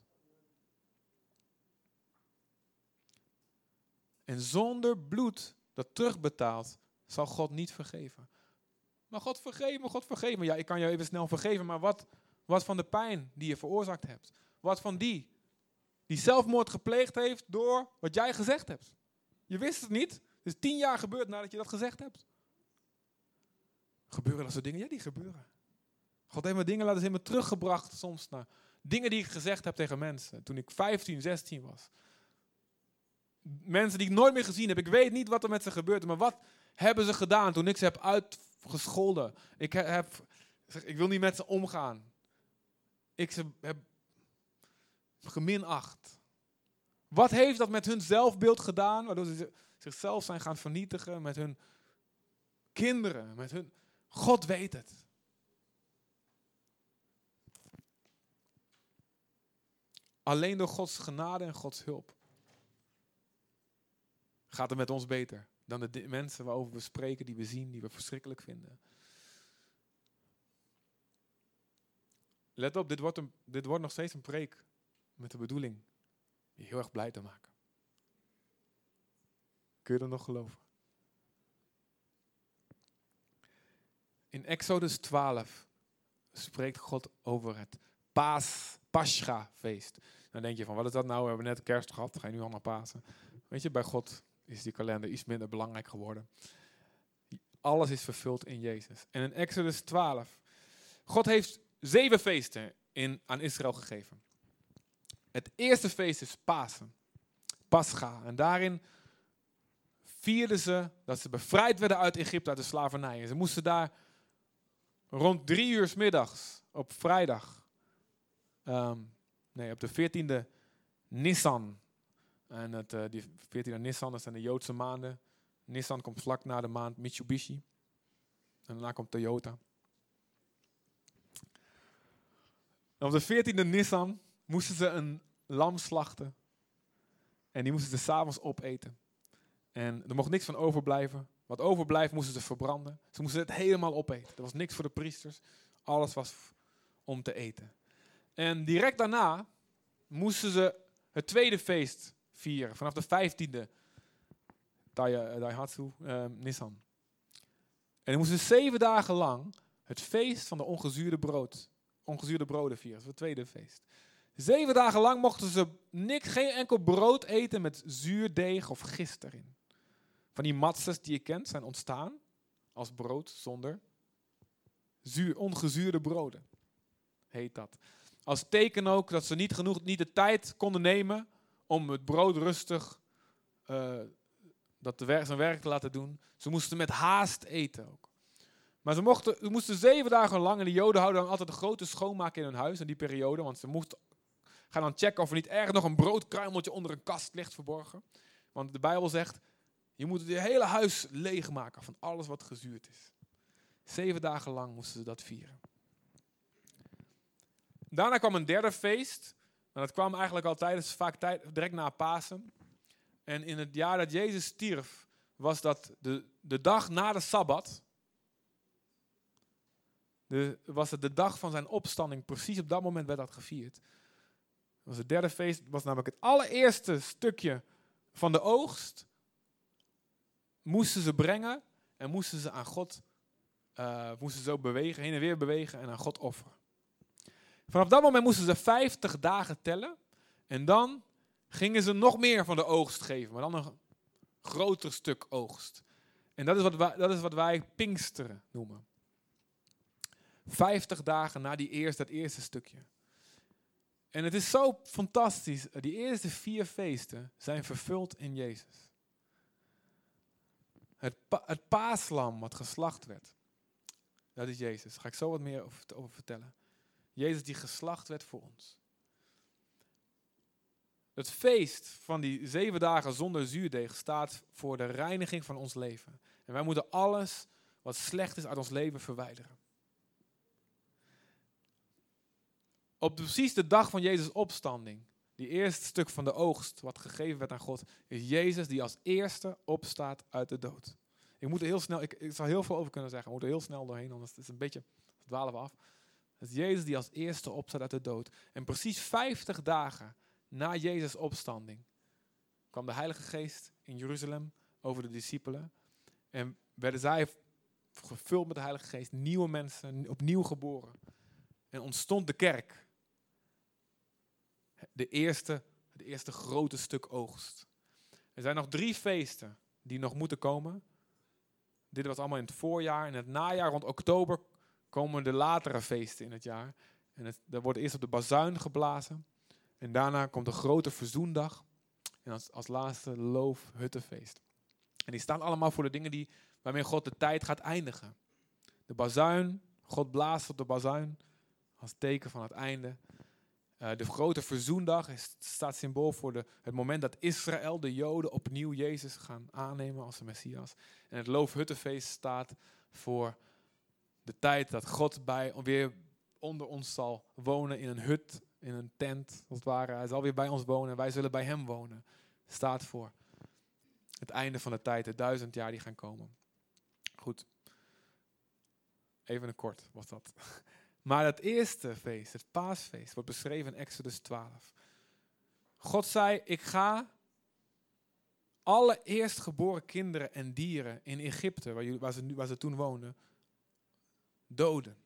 En zonder bloed dat terugbetaalt, zal God niet vergeven. Maar God vergeef me. Ja, ik kan jou even snel vergeven, maar wat van de pijn die je veroorzaakt hebt? Wat van die zelfmoord gepleegd heeft door wat jij gezegd hebt? Je wist het niet. Het is 10 jaar gebeurd nadat je dat gezegd hebt. Gebeuren dat soort dingen? Ja, die gebeuren. God heeft me dingen laten zien, me teruggebracht soms naar dingen die ik gezegd heb tegen mensen toen ik 15, 16 was. Mensen die ik nooit meer gezien heb. Ik weet niet wat er met ze gebeurde, maar wat hebben ze gedaan toen ik ze heb uitgescholden? Ik wil niet met ze omgaan. Ik ze heb geminacht. Wat heeft dat met hun zelfbeeld gedaan, waardoor ze zichzelf zijn gaan vernietigen, met hun kinderen, met hun... God weet het. alleen door Gods genade en Gods hulp gaat het met ons beter dan de mensen waarover we spreken, die we zien, die we verschrikkelijk vinden. Let op, dit wordt nog steeds een preek met de bedoeling je heel erg blij te maken. Kun je dat nog geloven? In Exodus 12 spreekt God over het Pascha-feest. Dan denk je van, wat is dat nou? We hebben net kerst gehad, dan ga je nu al naar Pasen. Weet je, bij God is die kalender iets minder belangrijk geworden. Alles is vervuld in Jezus. En in Exodus 12, God heeft 7 feesten aan Israël gegeven. Het eerste feest is Pasen, Pascha. En daarin vierden ze dat ze bevrijd werden uit Egypte, uit de slavernij. En ze moesten daar rond 3 uur 's middags op vrijdag, op de 14e Nisan. En die 14e Nisan, dat zijn de Joodse maanden. Nisan komt vlak na de maand Mitsubishi. En daarna komt Toyota. En op de 14e Nisan moesten ze een lam slachten. En die moesten ze 's avonds opeten. En er mocht niks van overblijven. Wat overblijft moesten ze verbranden. Ze moesten het helemaal opeten. Er was niks voor de priesters. Alles was om te eten. En direct daarna moesten ze het tweede feest vieren. Vanaf de 15e Daihatsu Nissan. En dan moesten ze 7 dagen lang het feest van de ongezuurde broden vieren. Dat was het tweede feest. 7 dagen lang mochten ze geen enkel brood eten met zuurdeeg of gist erin. Van die matzes die je kent zijn ontstaan als brood zonder ongezuurde broden. Heet dat. Als teken ook dat ze niet de tijd konden nemen om het brood rustig zijn werk te laten doen. Ze moesten met haast eten ook. Maar ze moesten 7 dagen lang, en de Joden houden dan altijd een grote schoonmaak in hun huis in die periode, want ze moesten gaan dan checken of er niet ergens nog een broodkruimeltje onder een kast ligt verborgen. Want de Bijbel zegt, je moet het hele huis leegmaken van alles wat gezuurd is. 7 dagen lang moesten ze dat vieren. Daarna kwam een derde feest. En dat kwam eigenlijk altijd, vaak direct na Pasen. En in het jaar dat Jezus stierf, was dat de dag na de Sabbat. Was het de dag van zijn opstanding. Precies op dat moment werd dat gevierd. Dat was het derde feest. Was namelijk het allereerste stukje van de oogst. Moesten ze brengen en moesten ze aan God, moesten ze zo bewegen, heen en weer bewegen en aan God offeren. Vanaf dat moment moesten ze 50 dagen tellen en dan gingen ze nog meer van de oogst geven, maar dan een groter stuk oogst. En dat is wat wij Pinksteren noemen. 50 dagen na dat eerste stukje. En het is zo fantastisch, die eerste 4 feesten zijn vervuld in Jezus. Het paaslam wat geslacht werd, dat is Jezus. Daar ga ik zo wat meer over vertellen. Jezus die geslacht werd voor ons. Het feest van die 7 dagen zonder zuurdeeg staat voor de reiniging van ons leven. En wij moeten alles wat slecht is uit ons leven verwijderen. Op precies de dag van Jezus' opstanding, die eerste stuk van de oogst wat gegeven werd aan God, is Jezus die als eerste opstaat uit de dood. Ik moet er heel snel, ik zou heel veel over kunnen zeggen, ik moet er heel snel doorheen, anders is het een beetje, dwalen we af. Het is Jezus die als eerste opstaat uit de dood. En precies 50 dagen na Jezus' opstanding kwam de Heilige Geest in Jeruzalem over de discipelen. En werden zij gevuld met de Heilige Geest, nieuwe mensen, opnieuw geboren. En ontstond de kerk. Het eerste grote stuk oogst. Er zijn nog 3 feesten die nog moeten komen. Dit was allemaal in het voorjaar. In het najaar, rond oktober, komen de latere feesten in het jaar. En er wordt eerst op de bazuin geblazen. En daarna komt de grote verzoendag. En als laatste loofhuttenfeest. En die staan allemaal voor de dingen waarmee God de tijd gaat eindigen. De bazuin, God blaast op de bazuin als teken van het einde. De grote verzoendag staat symbool voor het moment dat Israël, de Joden, opnieuw Jezus gaan aannemen als de Messias. En het loofhuttenfeest staat voor de tijd dat God weer onder ons zal wonen in een hut, in een tent, als het ware. Hij zal weer bij ons wonen en wij zullen bij hem wonen. Staat voor het einde van de tijd, de 1000 jaar die gaan komen. Goed. Even een kort was dat. Maar het eerste feest, het paasfeest, wordt beschreven in Exodus 12. God zei, ik ga alle eerstgeboren kinderen en dieren in Egypte, waar ze toen woonden, doden.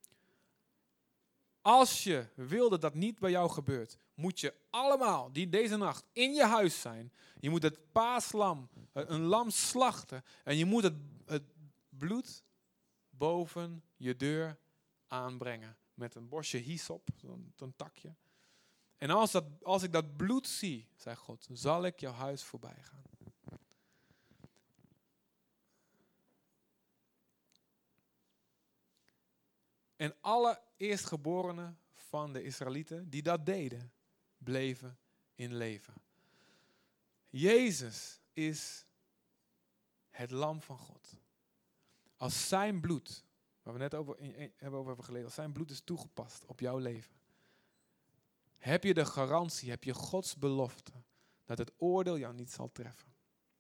Als je wilde dat niet bij jou gebeurt, moet je allemaal die deze nacht in je huis zijn. Je moet het paaslam, een lam slachten en je moet het bloed boven je deur aanbrengen met een bosje hyssop, zo'n takje. En als ik dat bloed zie, zei God, zal ik jouw huis voorbij gaan. En alle eerstgeborenen van de Israëlieten die dat deden, bleven in leven. Jezus is het lam van God. Als zijn bloed, waar we net over hebben gelezen, als zijn bloed is toegepast op jouw leven, heb je de garantie, heb je Gods belofte, dat het oordeel jou niet zal treffen.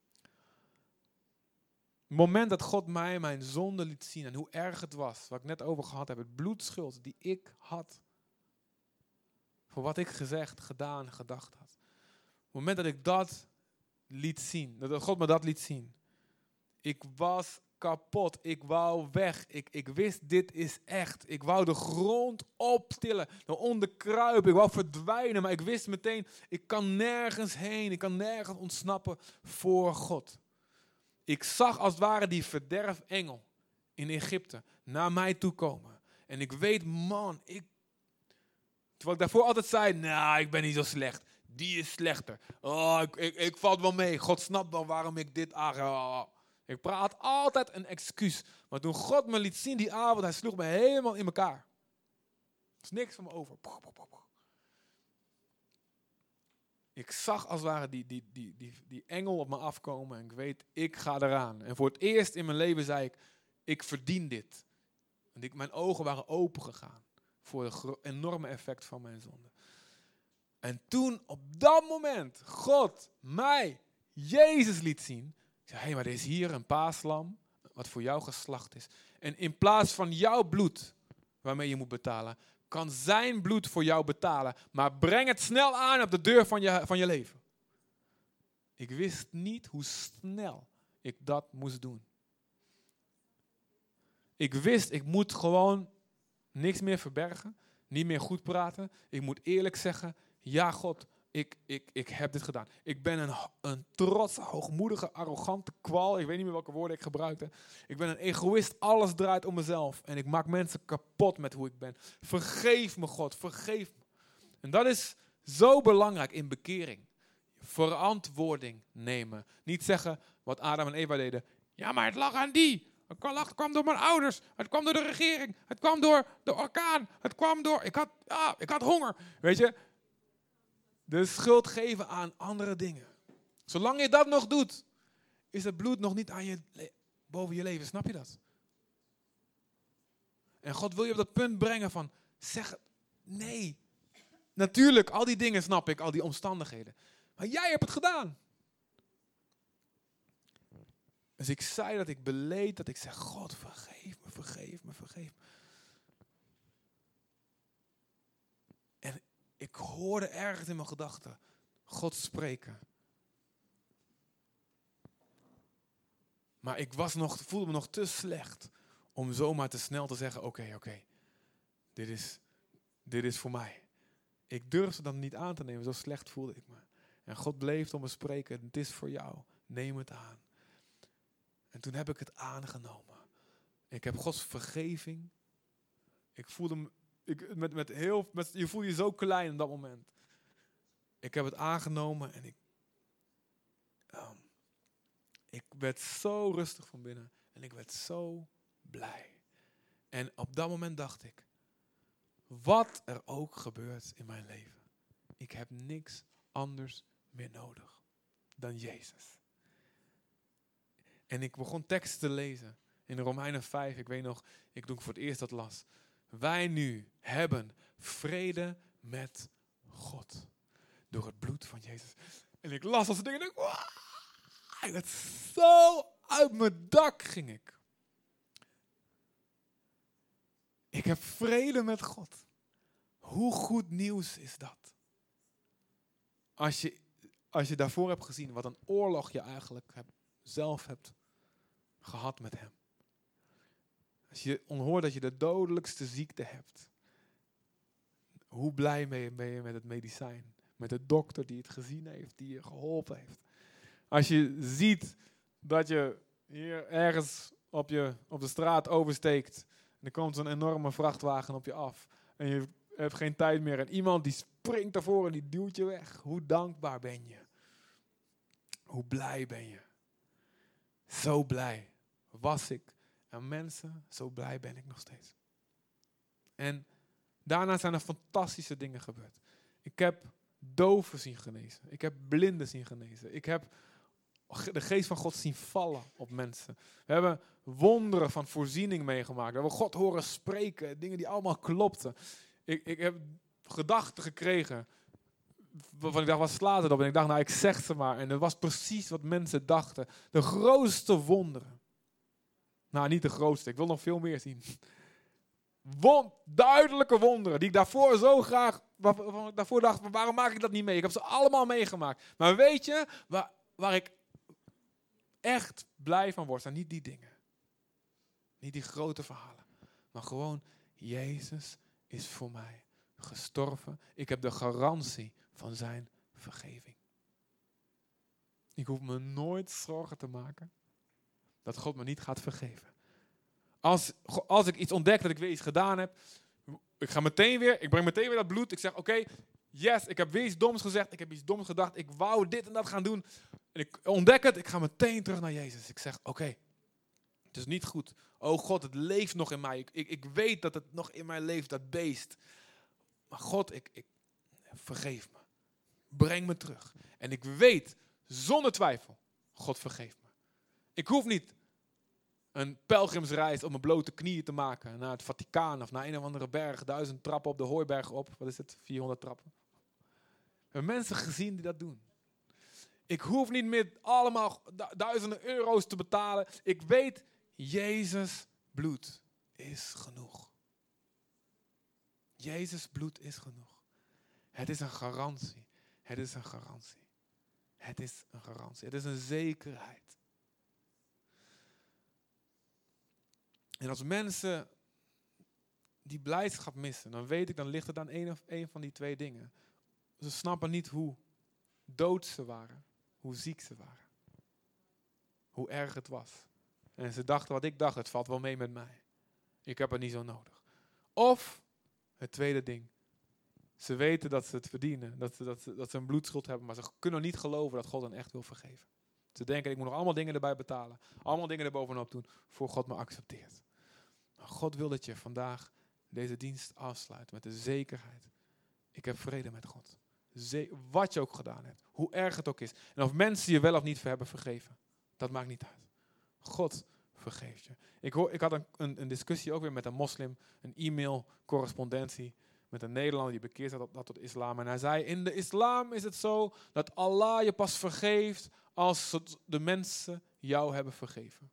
Het moment dat God mij mijn zonde liet zien en hoe erg het was, wat ik net over gehad heb, het bloedschuld die ik had, voor wat ik gezegd, gedaan, gedacht had. Het moment dat ik dat liet zien, dat God me dat liet zien, ik was kapot, ik wou weg, ik wist dit is echt. Ik wou de grond optillen, eronder kruipen, ik wou verdwijnen, maar ik wist meteen, ik kan nergens heen, ik kan nergens ontsnappen voor God. Ik zag als het ware die verderfengel in Egypte naar mij toe komen. En ik weet, man, terwijl ik daarvoor altijd zei, nou, ik ben niet zo slecht. Die is slechter. Oh, ik val wel mee. God snapt wel waarom ik dit aanga. Ik praat altijd een excuus. Maar toen God me liet zien die avond, hij sloeg me helemaal in elkaar. Er is niks van me over. Ik zag als het ware die engel op me afkomen en ik weet, ik ga eraan. En voor het eerst in mijn leven zei ik verdien dit. En mijn ogen waren open gegaan voor het enorme effect van mijn zonde. En toen op dat moment God mij Jezus liet zien. Ik zei, hé, maar er is hier een paaslam wat voor jou geslacht is. En in plaats van jouw bloed waarmee je moet betalen, kan zijn bloed voor jou betalen. Maar breng het snel aan op de deur van je leven. Ik wist niet hoe snel ik dat moest doen. Ik wist, ik moet gewoon niks meer verbergen. Niet meer goed praten. Ik moet eerlijk zeggen, ja God, ik heb dit gedaan. Ik ben een trotse, hoogmoedige, arrogante kwal. Ik weet niet meer welke woorden ik gebruikte. Ik ben een egoïst, alles draait om mezelf. En ik maak mensen kapot met hoe ik ben. Vergeef me God, vergeef me. En dat is zo belangrijk in bekering. Verantwoording nemen. Niet zeggen wat Adam en Eva deden. Ja, maar het lag aan die. Het kwam door mijn ouders. Het kwam door de regering. Het kwam door de orkaan. Het kwam door... Ik had honger. Weet je? De schuld geven aan andere dingen. Zolang je dat nog doet, is het bloed nog niet boven je leven. Snap je dat? En God wil je op dat punt brengen van, zeg nee. Natuurlijk, al die dingen snap ik, al die omstandigheden. Maar jij hebt het gedaan. Dus ik zei dat ik beleed, dat ik zeg, God, vergeef me, vergeef me, vergeef me. En ik hoorde ergens in mijn gedachten God spreken. Maar ik voelde me nog te slecht om zomaar te snel te zeggen, oké, dit is voor mij. Ik durfde dat niet aan te nemen, zo slecht voelde ik me. En God bleef tot me spreken, het is voor jou, neem het aan. En toen heb ik het aangenomen. Ik heb Gods vergeving. Ik voelde me, je voelt je zo klein in dat moment. Ik heb het aangenomen en ik werd zo rustig van binnen. En ik werd zo blij. En op dat moment dacht ik, wat er ook gebeurt in mijn leven, ik heb niks anders meer nodig dan Jezus. En ik begon teksten te lezen. In Romeinen 5, ik weet nog, toen ik voor het eerst dat las. Wij nu hebben vrede met God. Door het bloed van Jezus. En ik las als dingen en ik het zo uit mijn dak ging ik. Ik heb vrede met God. Hoe goed nieuws is dat? Als je daarvoor hebt gezien wat een oorlog je eigenlijk zelf hebt gehad met hem. Als je hoort dat je de dodelijkste ziekte hebt. Hoe blij ben je met het medicijn? Met de dokter die het gezien heeft, die je geholpen heeft. Als je ziet dat je hier ergens op de straat oversteekt. En er komt een enorme vrachtwagen op je af. En je hebt geen tijd meer. En iemand die springt ervoor en die duwt je weg. Hoe dankbaar ben je? Hoe blij ben je? Zo blij was ik. En mensen, zo blij ben ik nog steeds. En daarna zijn er fantastische dingen gebeurd. Ik heb doven zien genezen. Ik heb blinden zien genezen. Ik heb de geest van God zien vallen op mensen. We hebben wonderen van voorziening meegemaakt. We hebben God horen spreken. Dingen die allemaal klopten. Ik heb gedachten gekregen. Waarvan ik dacht, wat slaat het op? En ik dacht, nou, ik zeg ze maar. En dat was precies wat mensen dachten. De grootste wonderen. Nou, niet de grootste. Ik wil nog veel meer zien. Duidelijke wonderen. Die ik daarvoor zo graag... Waarvan ik daarvoor dacht, waarom maak ik dat niet mee? Ik heb ze allemaal meegemaakt. Maar weet je, waar ik echt blij van word, zijn niet die dingen. Niet die grote verhalen. Maar gewoon, Jezus is voor mij gestorven. Ik heb de garantie van zijn vergeving. Ik hoef me nooit zorgen te maken dat God me niet gaat vergeven. Als ik iets ontdek dat ik weer iets gedaan heb, ik breng meteen weer dat bloed. Ik zeg, oké, yes, ik heb weer iets doms gezegd. Ik heb iets doms gedacht. Ik wou dit en dat gaan doen. En ik ontdek het. Ik ga meteen terug naar Jezus. Ik zeg, oké, het is niet goed. Oh God, het leeft nog in mij. Ik weet dat het nog in mij leeft, dat beest. Maar God, ik vergeef me. Breng me terug. En ik weet, zonder twijfel, God vergeeft me. Ik hoef niet een pelgrimsreis op mijn blote knieën te maken naar het Vaticaan of naar een of andere berg, 1000 trappen op de Hooiberg op. Wat is het? 400 trappen. We hebben mensen gezien die dat doen. Ik hoef niet meer allemaal duizenden euro's te betalen. Ik weet, Jezus bloed is genoeg. Jezus bloed is genoeg. Het is een garantie. Het is een garantie. Het is een garantie. Het is een zekerheid. En als mensen die blijdschap missen, dan weet ik, dan ligt het aan een van die twee dingen. Ze snappen niet hoe dood ze waren, hoe ziek ze waren. Hoe erg het was. En ze dachten wat ik dacht, het valt wel mee met mij. Ik heb het niet zo nodig. Of, het tweede ding, ze weten dat ze het verdienen, dat ze een bloedschuld hebben, maar ze kunnen niet geloven dat God hen echt wil vergeven. Ze denken, ik moet nog allemaal dingen erbij betalen, allemaal dingen erbovenop doen, voor God me accepteert. Maar God wil dat je vandaag deze dienst afsluit met de zekerheid. Ik heb vrede met God. Wat je ook gedaan hebt. Hoe erg het ook is. En of mensen je wel of niet hebben vergeven. Dat maakt niet uit. God vergeeft je. Ik had een discussie ook weer met een moslim. Een e-mail-correspondentie. Met een Nederlander die bekeerd had tot islam. En hij zei, in de islam is het zo dat Allah je pas vergeeft als de mensen jou hebben vergeven.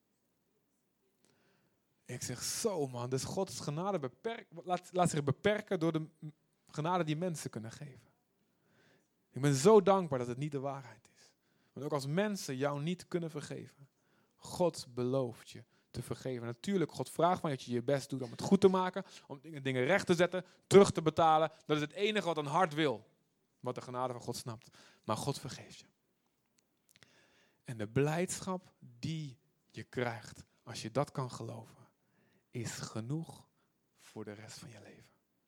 Ik zeg, zo man, dus Gods genade laat zich beperken door de genade die mensen kunnen geven. Ik ben zo dankbaar dat het niet de waarheid is. Want ook als mensen jou niet kunnen vergeven, God belooft je te vergeven. Natuurlijk, God vraagt van je dat je je best doet om het goed te maken, om dingen recht te zetten, terug te betalen. Dat is het enige wat een hart wil, wat de genade van God snapt. Maar God vergeeft je. En de blijdschap die je krijgt, als je dat kan geloven, is genoeg voor de rest van je leven.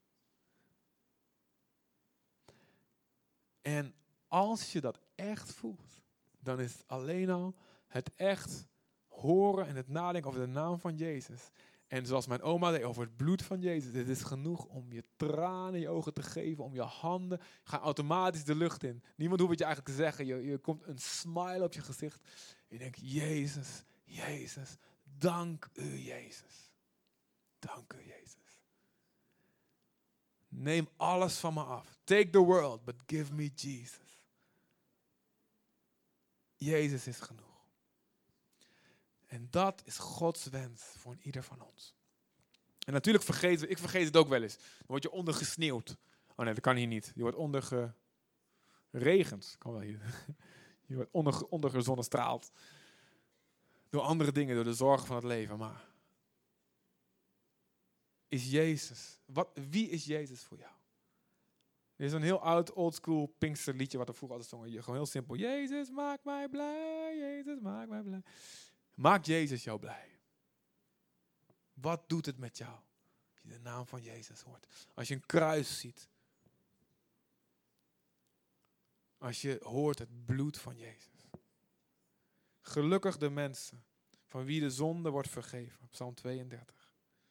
En als je dat echt voelt, dan is het alleen al het echt horen en het nadenken over de naam van Jezus. En zoals mijn oma deed over het bloed van Jezus. Het is genoeg om je tranen in je ogen te geven, om je handen gaan automatisch de lucht in. Niemand hoeft het je eigenlijk te zeggen. Je komt een smile op je gezicht. Je denkt, Jezus, Jezus, dank u Jezus. Dank u Jezus. Neem alles van me af. Take the world, but give me Jesus. Jezus is genoeg. En dat is Gods wens voor ieder van ons. En natuurlijk ik vergeet het ook wel eens. Dan word je ondergesneeuwd. Oh nee, dat kan hier niet. Je wordt ondergeregend. Kan wel hier. Je wordt ondergezonnestraald. Door andere dingen, door de zorgen van het leven. Maar is Jezus, wie is Jezus voor jou? Er is een heel oud, oldschool Pinkster liedje wat er vroeger altijd zongen. Gewoon heel simpel. Jezus, maak mij blij. Jezus, maak mij blij. Maakt Jezus jou blij? Wat doet het met jou? Als je de naam van Jezus hoort. Als je een kruis ziet. Als je hoort het bloed van Jezus. Gelukkig de mensen van wie de zonde wordt vergeven. Psalm 32.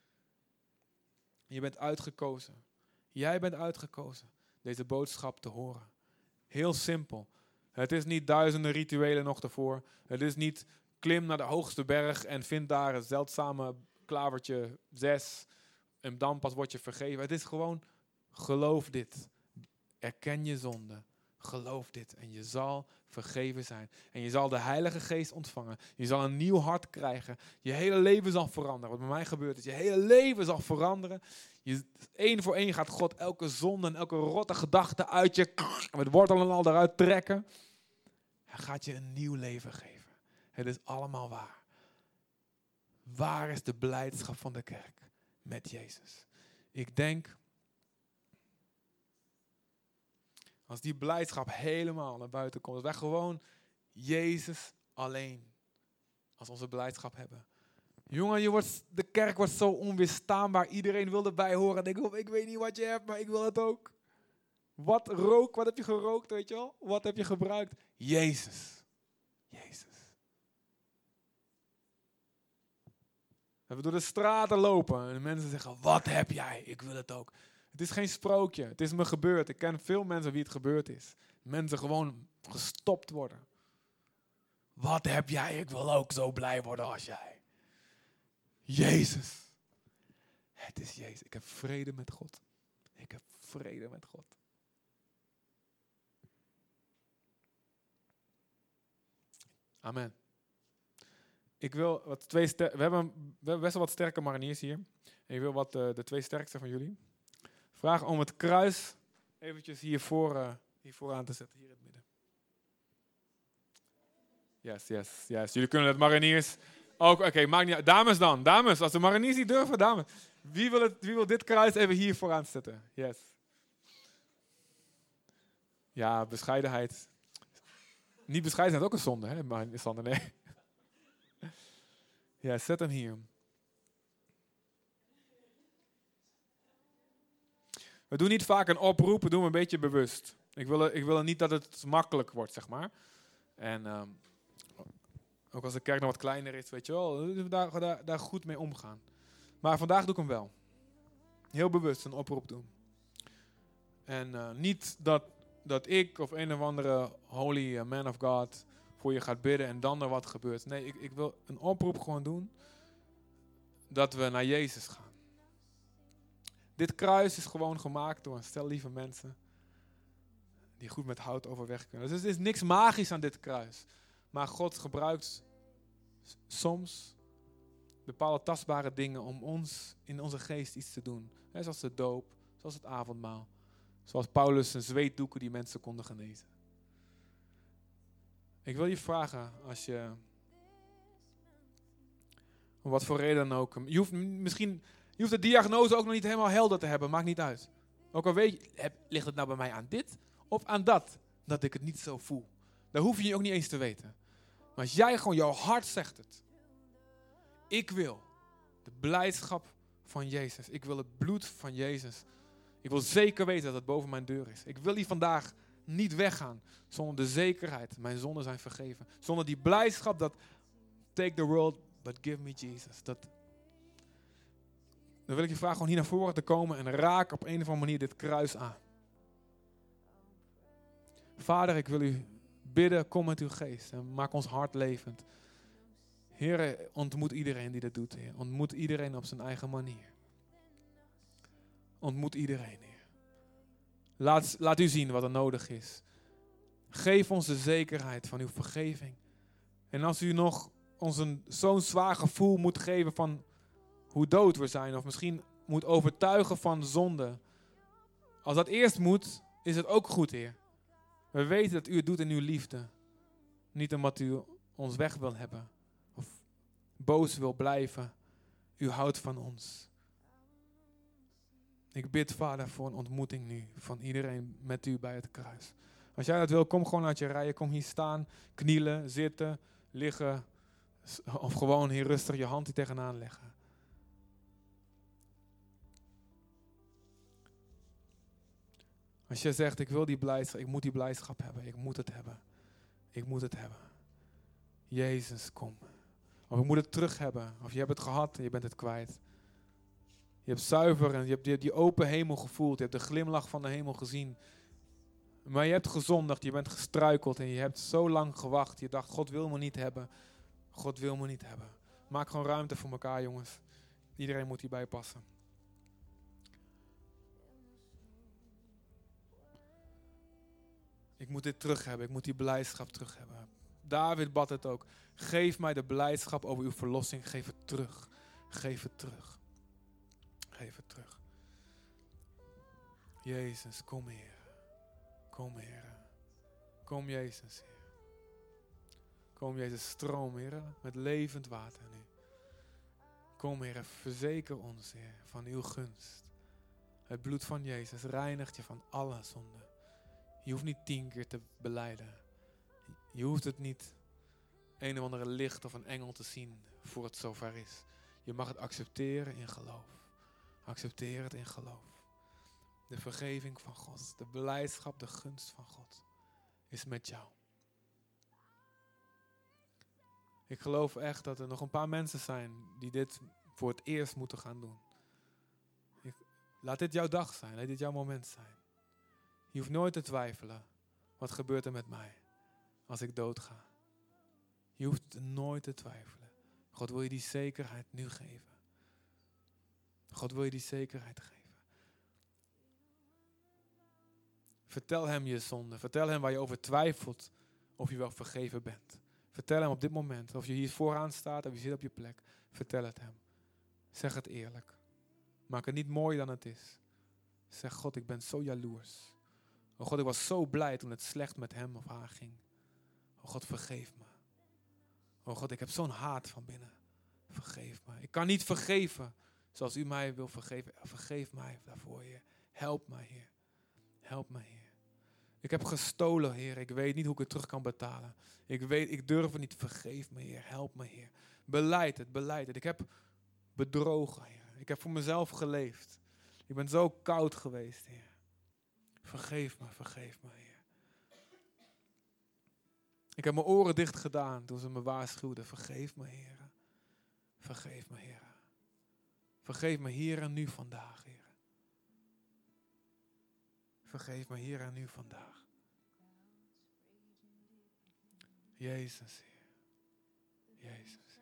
Je bent uitgekozen. Jij bent uitgekozen deze boodschap te horen. Heel simpel. Het is niet duizenden rituelen nog ervoor. Het is niet klim naar de hoogste berg en vind daar het zeldzame klavertje 6. En dan pas word je vergeven. Het is gewoon, geloof dit. Erken je zonde. Geloof dit. En je zal vergeven zijn. En je zal de Heilige Geest ontvangen. Je zal een nieuw hart krijgen. Je hele leven zal veranderen. Wat bij mij gebeurt is, je hele leven zal veranderen. Eén voor één gaat God elke zonde en elke rotte gedachte uit je, met wortelen al eruit trekken. Hij gaat je een nieuw leven geven. Het is allemaal waar. Waar is de blijdschap van de kerk met Jezus? Ik denk, als die blijdschap helemaal naar buiten komt, dat wij gewoon Jezus alleen als onze blijdschap hebben. Jongen, de kerk wordt zo onweerstaanbaar. Iedereen wil erbij horen. Ik weet niet wat je hebt, maar ik wil het ook. Wat heb je gerookt, weet je wel? Wat heb je gebruikt? Jezus. Jezus. Dat we door de straten lopen en de mensen zeggen, wat heb jij? Ik wil het ook. Het is geen sprookje. Het is me gebeurd. Ik ken veel mensen wie het gebeurd is. Mensen gewoon gestopt worden. Wat heb jij? Ik wil ook zo blij worden als jij. Jezus. Het is Jezus. Ik heb vrede met God. Ik heb vrede met God. Amen. Ik wil we hebben best wel wat sterke mariniers hier. En ik wil de 2 sterkste van jullie vragen om het kruis eventjes hiervoor aan te zetten. Hier in het midden. Yes. Jullie kunnen het mariniers ook. Oké, maakt niet uit. Dames dan. Dames, als de mariniers niet durven, dames. Wie wil dit kruis even hier vooraan zetten? Yes. Ja, bescheidenheid. Niet bescheidenheid, ook een zonde, hè? Maar Sander, nee. Ja, zet hem hier. We doen niet vaak een oproep, we doen hem een beetje bewust. Ik wil niet dat het makkelijk wordt, zeg maar. En ook als de kerk nog wat kleiner is, weet je wel, daar goed mee omgaan. Maar vandaag doe ik hem wel. Heel bewust een oproep doen. En niet dat ik of een of andere holy man of God voor je gaat bidden en dan er wat gebeurt. Nee, ik wil een oproep gewoon doen dat we naar Jezus gaan. Dit kruis is gewoon gemaakt door een stel lieve mensen die goed met hout overweg kunnen. Dus er is niks magisch aan dit kruis. Maar God gebruikt soms bepaalde tastbare dingen om ons in onze geest iets te doen. Zoals de doop, zoals het avondmaal. Zoals Paulus zijn zweetdoeken die mensen konden genezen. Ik wil je vragen, als je om wat voor reden dan ook. Je hoeft de diagnose ook nog niet helemaal helder te hebben, maakt niet uit. Ook al weet je, ligt het nou bij mij aan dit of aan dat ik het niet zo voel. Daar hoef je ook niet eens te weten. Maar als jij gewoon, jouw hart zegt het. Ik wil de blijdschap van Jezus. Ik wil het bloed van Jezus. Ik wil zeker weten dat het boven mijn deur is. Ik wil hier vandaag niet weggaan zonder de zekerheid. Mijn zonden zijn vergeven. Zonder die blijdschap dat take the world, but give me Jesus. Dan wil ik je vragen gewoon hier naar voren te komen en raak op een of andere manier dit kruis aan. Vader, ik wil u bidden, kom met uw geest en maak ons hart levend. Heer, ontmoet iedereen die dat doet, Heer. Ontmoet iedereen op zijn eigen manier. Ontmoet iedereen, Heer. Laat u zien wat er nodig is. Geef ons de zekerheid van uw vergeving. En als u nog ons zo'n zwaar gevoel moet geven van hoe dood we zijn, of misschien moet overtuigen van zonde. Als dat eerst moet, is het ook goed, Heer. We weten dat u het doet in uw liefde. Niet omdat u ons weg wil hebben of boos wil blijven. U houdt van ons. Ik bid, Vader, voor een ontmoeting nu van iedereen met u bij het kruis. Als jij dat wil, kom gewoon uit je rijen. Kom hier staan, knielen, zitten, liggen. Of gewoon hier rustig je hand hier tegenaan leggen. Als je zegt, ik wil die blijdschap, ik moet die blijdschap hebben. Ik moet het hebben. Ik moet het hebben. Jezus, kom. Of ik moet het terug hebben. Of je hebt het gehad en je bent het kwijt. Je hebt zuiver en je hebt die open hemel gevoeld. Je hebt de glimlach van de hemel gezien. Maar je hebt gezondigd, je bent gestruikeld en je hebt zo lang gewacht. Je dacht, God wil me niet hebben. God wil me niet hebben. Maak gewoon ruimte voor elkaar, jongens. Iedereen moet hierbij passen. Ik moet dit terug hebben. Ik moet die blijdschap terug hebben. David bad het ook. Geef mij de blijdschap over uw verlossing. Geef het terug. Geef het terug. Geef het terug. Jezus, kom Heer. Kom Heer. Kom Jezus Heer. Kom Jezus, stroom Heer. Met levend water nu. Kom Heer, verzeker ons Heer van uw gunst. Het bloed van Jezus reinigt je van alle zonde. Je hoeft niet 10 keer te belijden. Je hoeft het niet een of andere licht of een engel te zien voor het zover is. Je mag het accepteren in geloof. Accepteer het in geloof. De vergeving van God, de blijdschap, de gunst van God is met jou. Ik geloof echt dat er nog een paar mensen zijn die dit voor het eerst moeten gaan doen. Laat dit jouw dag zijn, laat dit jouw moment zijn. Je hoeft nooit te twijfelen, wat gebeurt er met mij als ik doodga? Je hoeft nooit te twijfelen. God wil je die zekerheid nu geven. God wil je die zekerheid geven. Vertel hem je zonde. Vertel hem waar je over twijfelt of je wel vergeven bent. Vertel hem op dit moment, of je hier vooraan staat of je zit op je plek. Vertel het hem. Zeg het eerlijk. Maak het niet mooier dan het is. Zeg, God, ik ben zo jaloers. Oh God, ik was zo blij toen het slecht met hem of haar ging. Oh God, vergeef me. Oh God, ik heb zo'n haat van binnen. Vergeef me. Ik kan niet vergeven zoals u mij wil vergeven. Vergeef mij daarvoor, Heer. Help mij, Heer. Help mij, Heer. Ik heb gestolen, Heer. Ik weet niet hoe ik het terug kan betalen. Ik durf het niet. Vergeef me, Heer. Help me, Heer. Beleid het. Ik heb bedrogen, Heer. Ik heb voor mezelf geleefd. Ik ben zo koud geweest, Heer. Vergeef me, Heer. Ik heb mijn oren dicht gedaan toen ze me waarschuwden. Vergeef me, Heer. Vergeef me, Heer. Vergeef me hier en nu vandaag, Heer. Vergeef me hier en nu vandaag. Jezus, Heer. Jezus.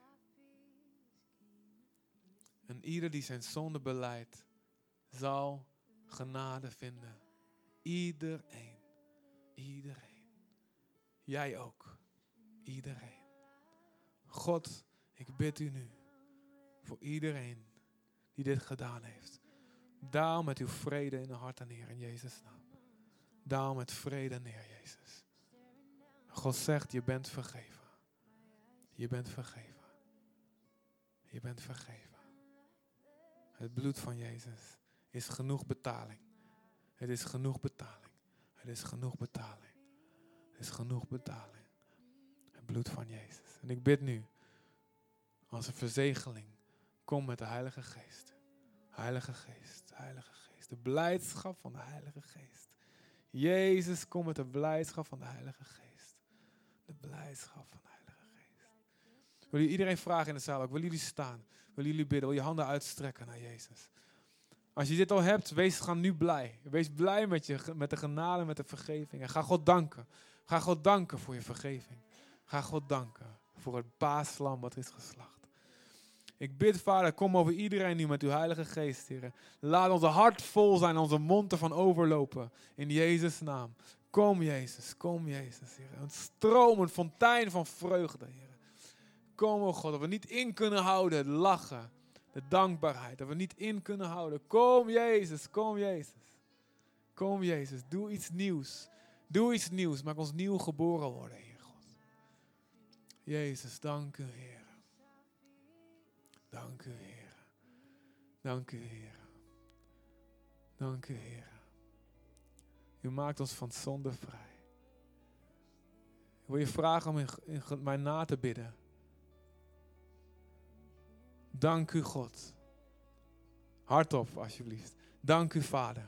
En ieder die zijn zonde belijdt, zal genade vinden. Iedereen. Jij ook. Iedereen. God, ik bid u nu voor iedereen die dit gedaan heeft. Daal met uw vrede in de harten neer in Jezus' naam. Daal met vrede neer, Jezus. God zegt, je bent vergeven. Je bent vergeven. Je bent vergeven. Het bloed van Jezus is genoeg betaling. Het is genoeg betaling. Het is genoeg betaling. Het is genoeg betaling. Het bloed van Jezus. En ik bid nu, als een verzegeling, kom met de Heilige Geest. Heilige Geest, Heilige Geest. De blijdschap van de Heilige Geest. Jezus, kom met de blijdschap van de Heilige Geest. De blijdschap van de Heilige Geest. Wil je iedereen vragen in de zaal ook? Willen jullie staan? Willen jullie bidden? Wil je handen uitstrekken naar Jezus? Als je dit al hebt, wees nu blij. Wees blij met de genade, met de vergeving. En ga God danken. Ga God danken voor je vergeving. Ga God danken voor het paaslam wat is geslacht. Ik bid, Vader, kom over iedereen nu met uw Heilige Geest, Heer. Laat onze hart vol zijn, onze mond ervan overlopen. In Jezus' naam. Kom, Jezus, Heer. Een stroom, een fontein van vreugde, Heer. Kom, oh God, dat we niet in kunnen houden, het lachen, de dankbaarheid. Dat we niet in kunnen houden. Kom, Jezus, kom, Jezus. Kom, Jezus, doe iets nieuws. Doe iets nieuws, maak ons nieuw geboren worden, Heer God. Jezus, dank u, Heer. Dank u, Heer. Dank u, Heer. Dank u, Heer. U maakt ons van zonde vrij. Ik wil je vragen om in mij na te bidden. Dank u, God. Hardop, alsjeblieft. Dank u, Vader.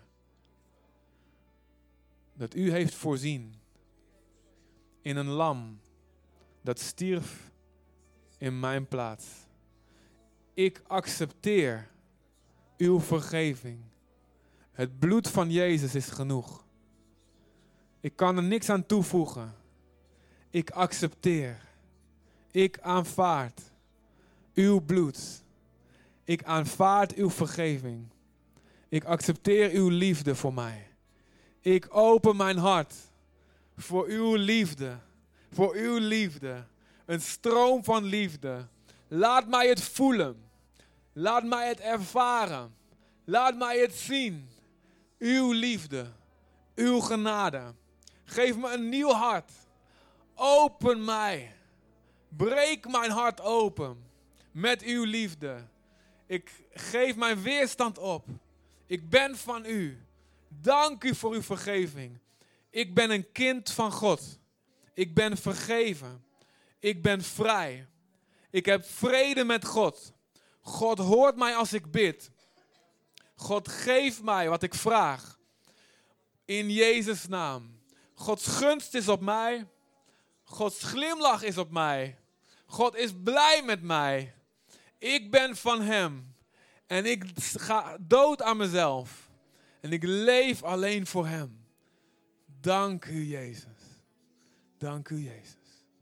Dat u heeft voorzien in een lam dat stierf in mijn plaats. Ik accepteer uw vergeving. Het bloed van Jezus is genoeg. Ik kan er niks aan toevoegen. Ik accepteer. Ik aanvaard uw bloed. Ik aanvaard uw vergeving. Ik accepteer uw liefde voor mij. Ik open mijn hart voor uw liefde. Voor uw liefde. Een stroom van liefde. Laat mij het voelen. Laat mij het ervaren. Laat mij het zien. Uw liefde. Uw genade. Geef me een nieuw hart. Open mij. Breek mijn hart open. Met uw liefde. Ik geef mijn weerstand op. Ik ben van u. Dank u voor uw vergeving. Ik ben een kind van God. Ik ben vergeven. Ik ben vrij. Ik heb vrede met God. God hoort mij als ik bid. God geeft mij wat ik vraag. In Jezus' naam. Gods gunst is op mij. Gods glimlach is op mij. God is blij met mij. Ik ben van Hem. En ik ga dood aan mezelf. En ik leef alleen voor Hem. Dank u, Jezus. Dank u, Jezus.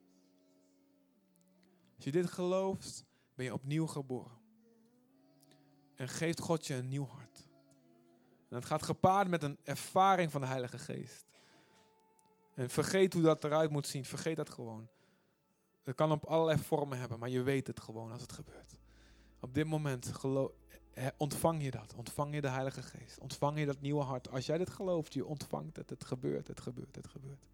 Als je dit gelooft, ben je opnieuw geboren. En geeft God je een nieuw hart. En het gaat gepaard met een ervaring van de Heilige Geest. En vergeet hoe dat eruit moet zien. Vergeet dat gewoon. Het kan op allerlei vormen hebben, maar je weet het gewoon als het gebeurt. Op dit moment ontvang je dat. Ontvang je de Heilige Geest. Ontvang je dat nieuwe hart. Als jij dit gelooft, je ontvangt het. Het gebeurt, het gebeurt, het gebeurt.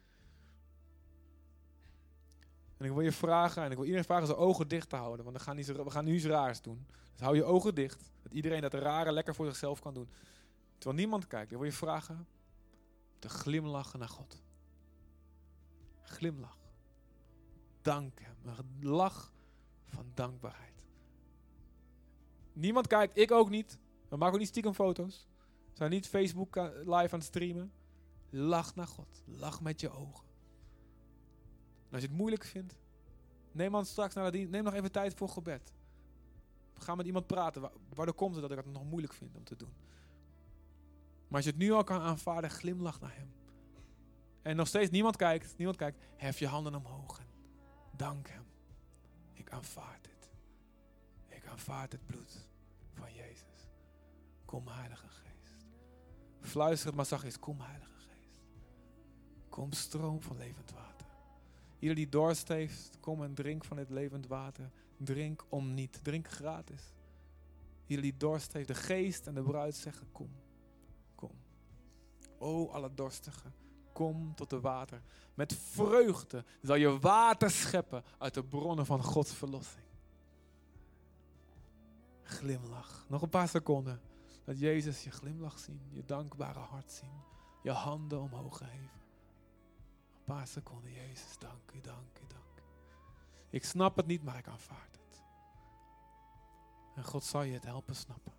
En ik wil je vragen, en ik wil iedereen vragen zijn ogen dicht te houden. Want we gaan nu iets raars doen. Dus hou je ogen dicht. Dat iedereen dat rare lekker voor zichzelf kan doen. Terwijl niemand kijkt. Ik wil je vragen te glimlachen naar God. Glimlach. Dank Hem. Een lach van dankbaarheid. Niemand kijkt, ik ook niet. We maken ook niet stiekem foto's. We zijn niet Facebook live aan het streamen. Lach naar God. Lach met je ogen. En als je het moeilijk vindt, neem dan straks naar de dienst. Neem nog even tijd voor gebed. Ga met iemand praten. Waardoor komt het dat ik het nog moeilijk vind om te doen. Maar als je het nu al kan aanvaarden, glimlach naar Hem. En nog steeds niemand kijkt. Hef je handen omhoog en dank Hem. Ik aanvaard dit. Ik aanvaard het bloed van Jezus. Kom, Heilige Geest. Fluister het maar zachtjes. Kom, Heilige Geest. Kom, stroom van levend water. Ieder die dorst heeft, kom en drink van dit levend water. Drink om niet. Drink gratis. Ieder die dorst heeft, de geest en de bruid zeggen, kom. Kom. O, alle dorstigen. Kom tot de water. Met vreugde zal je water scheppen uit de bronnen van Gods verlossing. Glimlach. Nog een paar seconden. Dat Jezus je glimlach zien. Je dankbare hart zien. Je handen omhoog geven. Een paar seconden. Jezus, dank u, dank u, dank u. Ik snap het niet, maar ik aanvaard het. En God zal je het helpen snappen.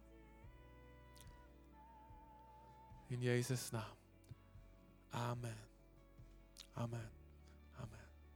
In Jezus' naam. Amen. Amen.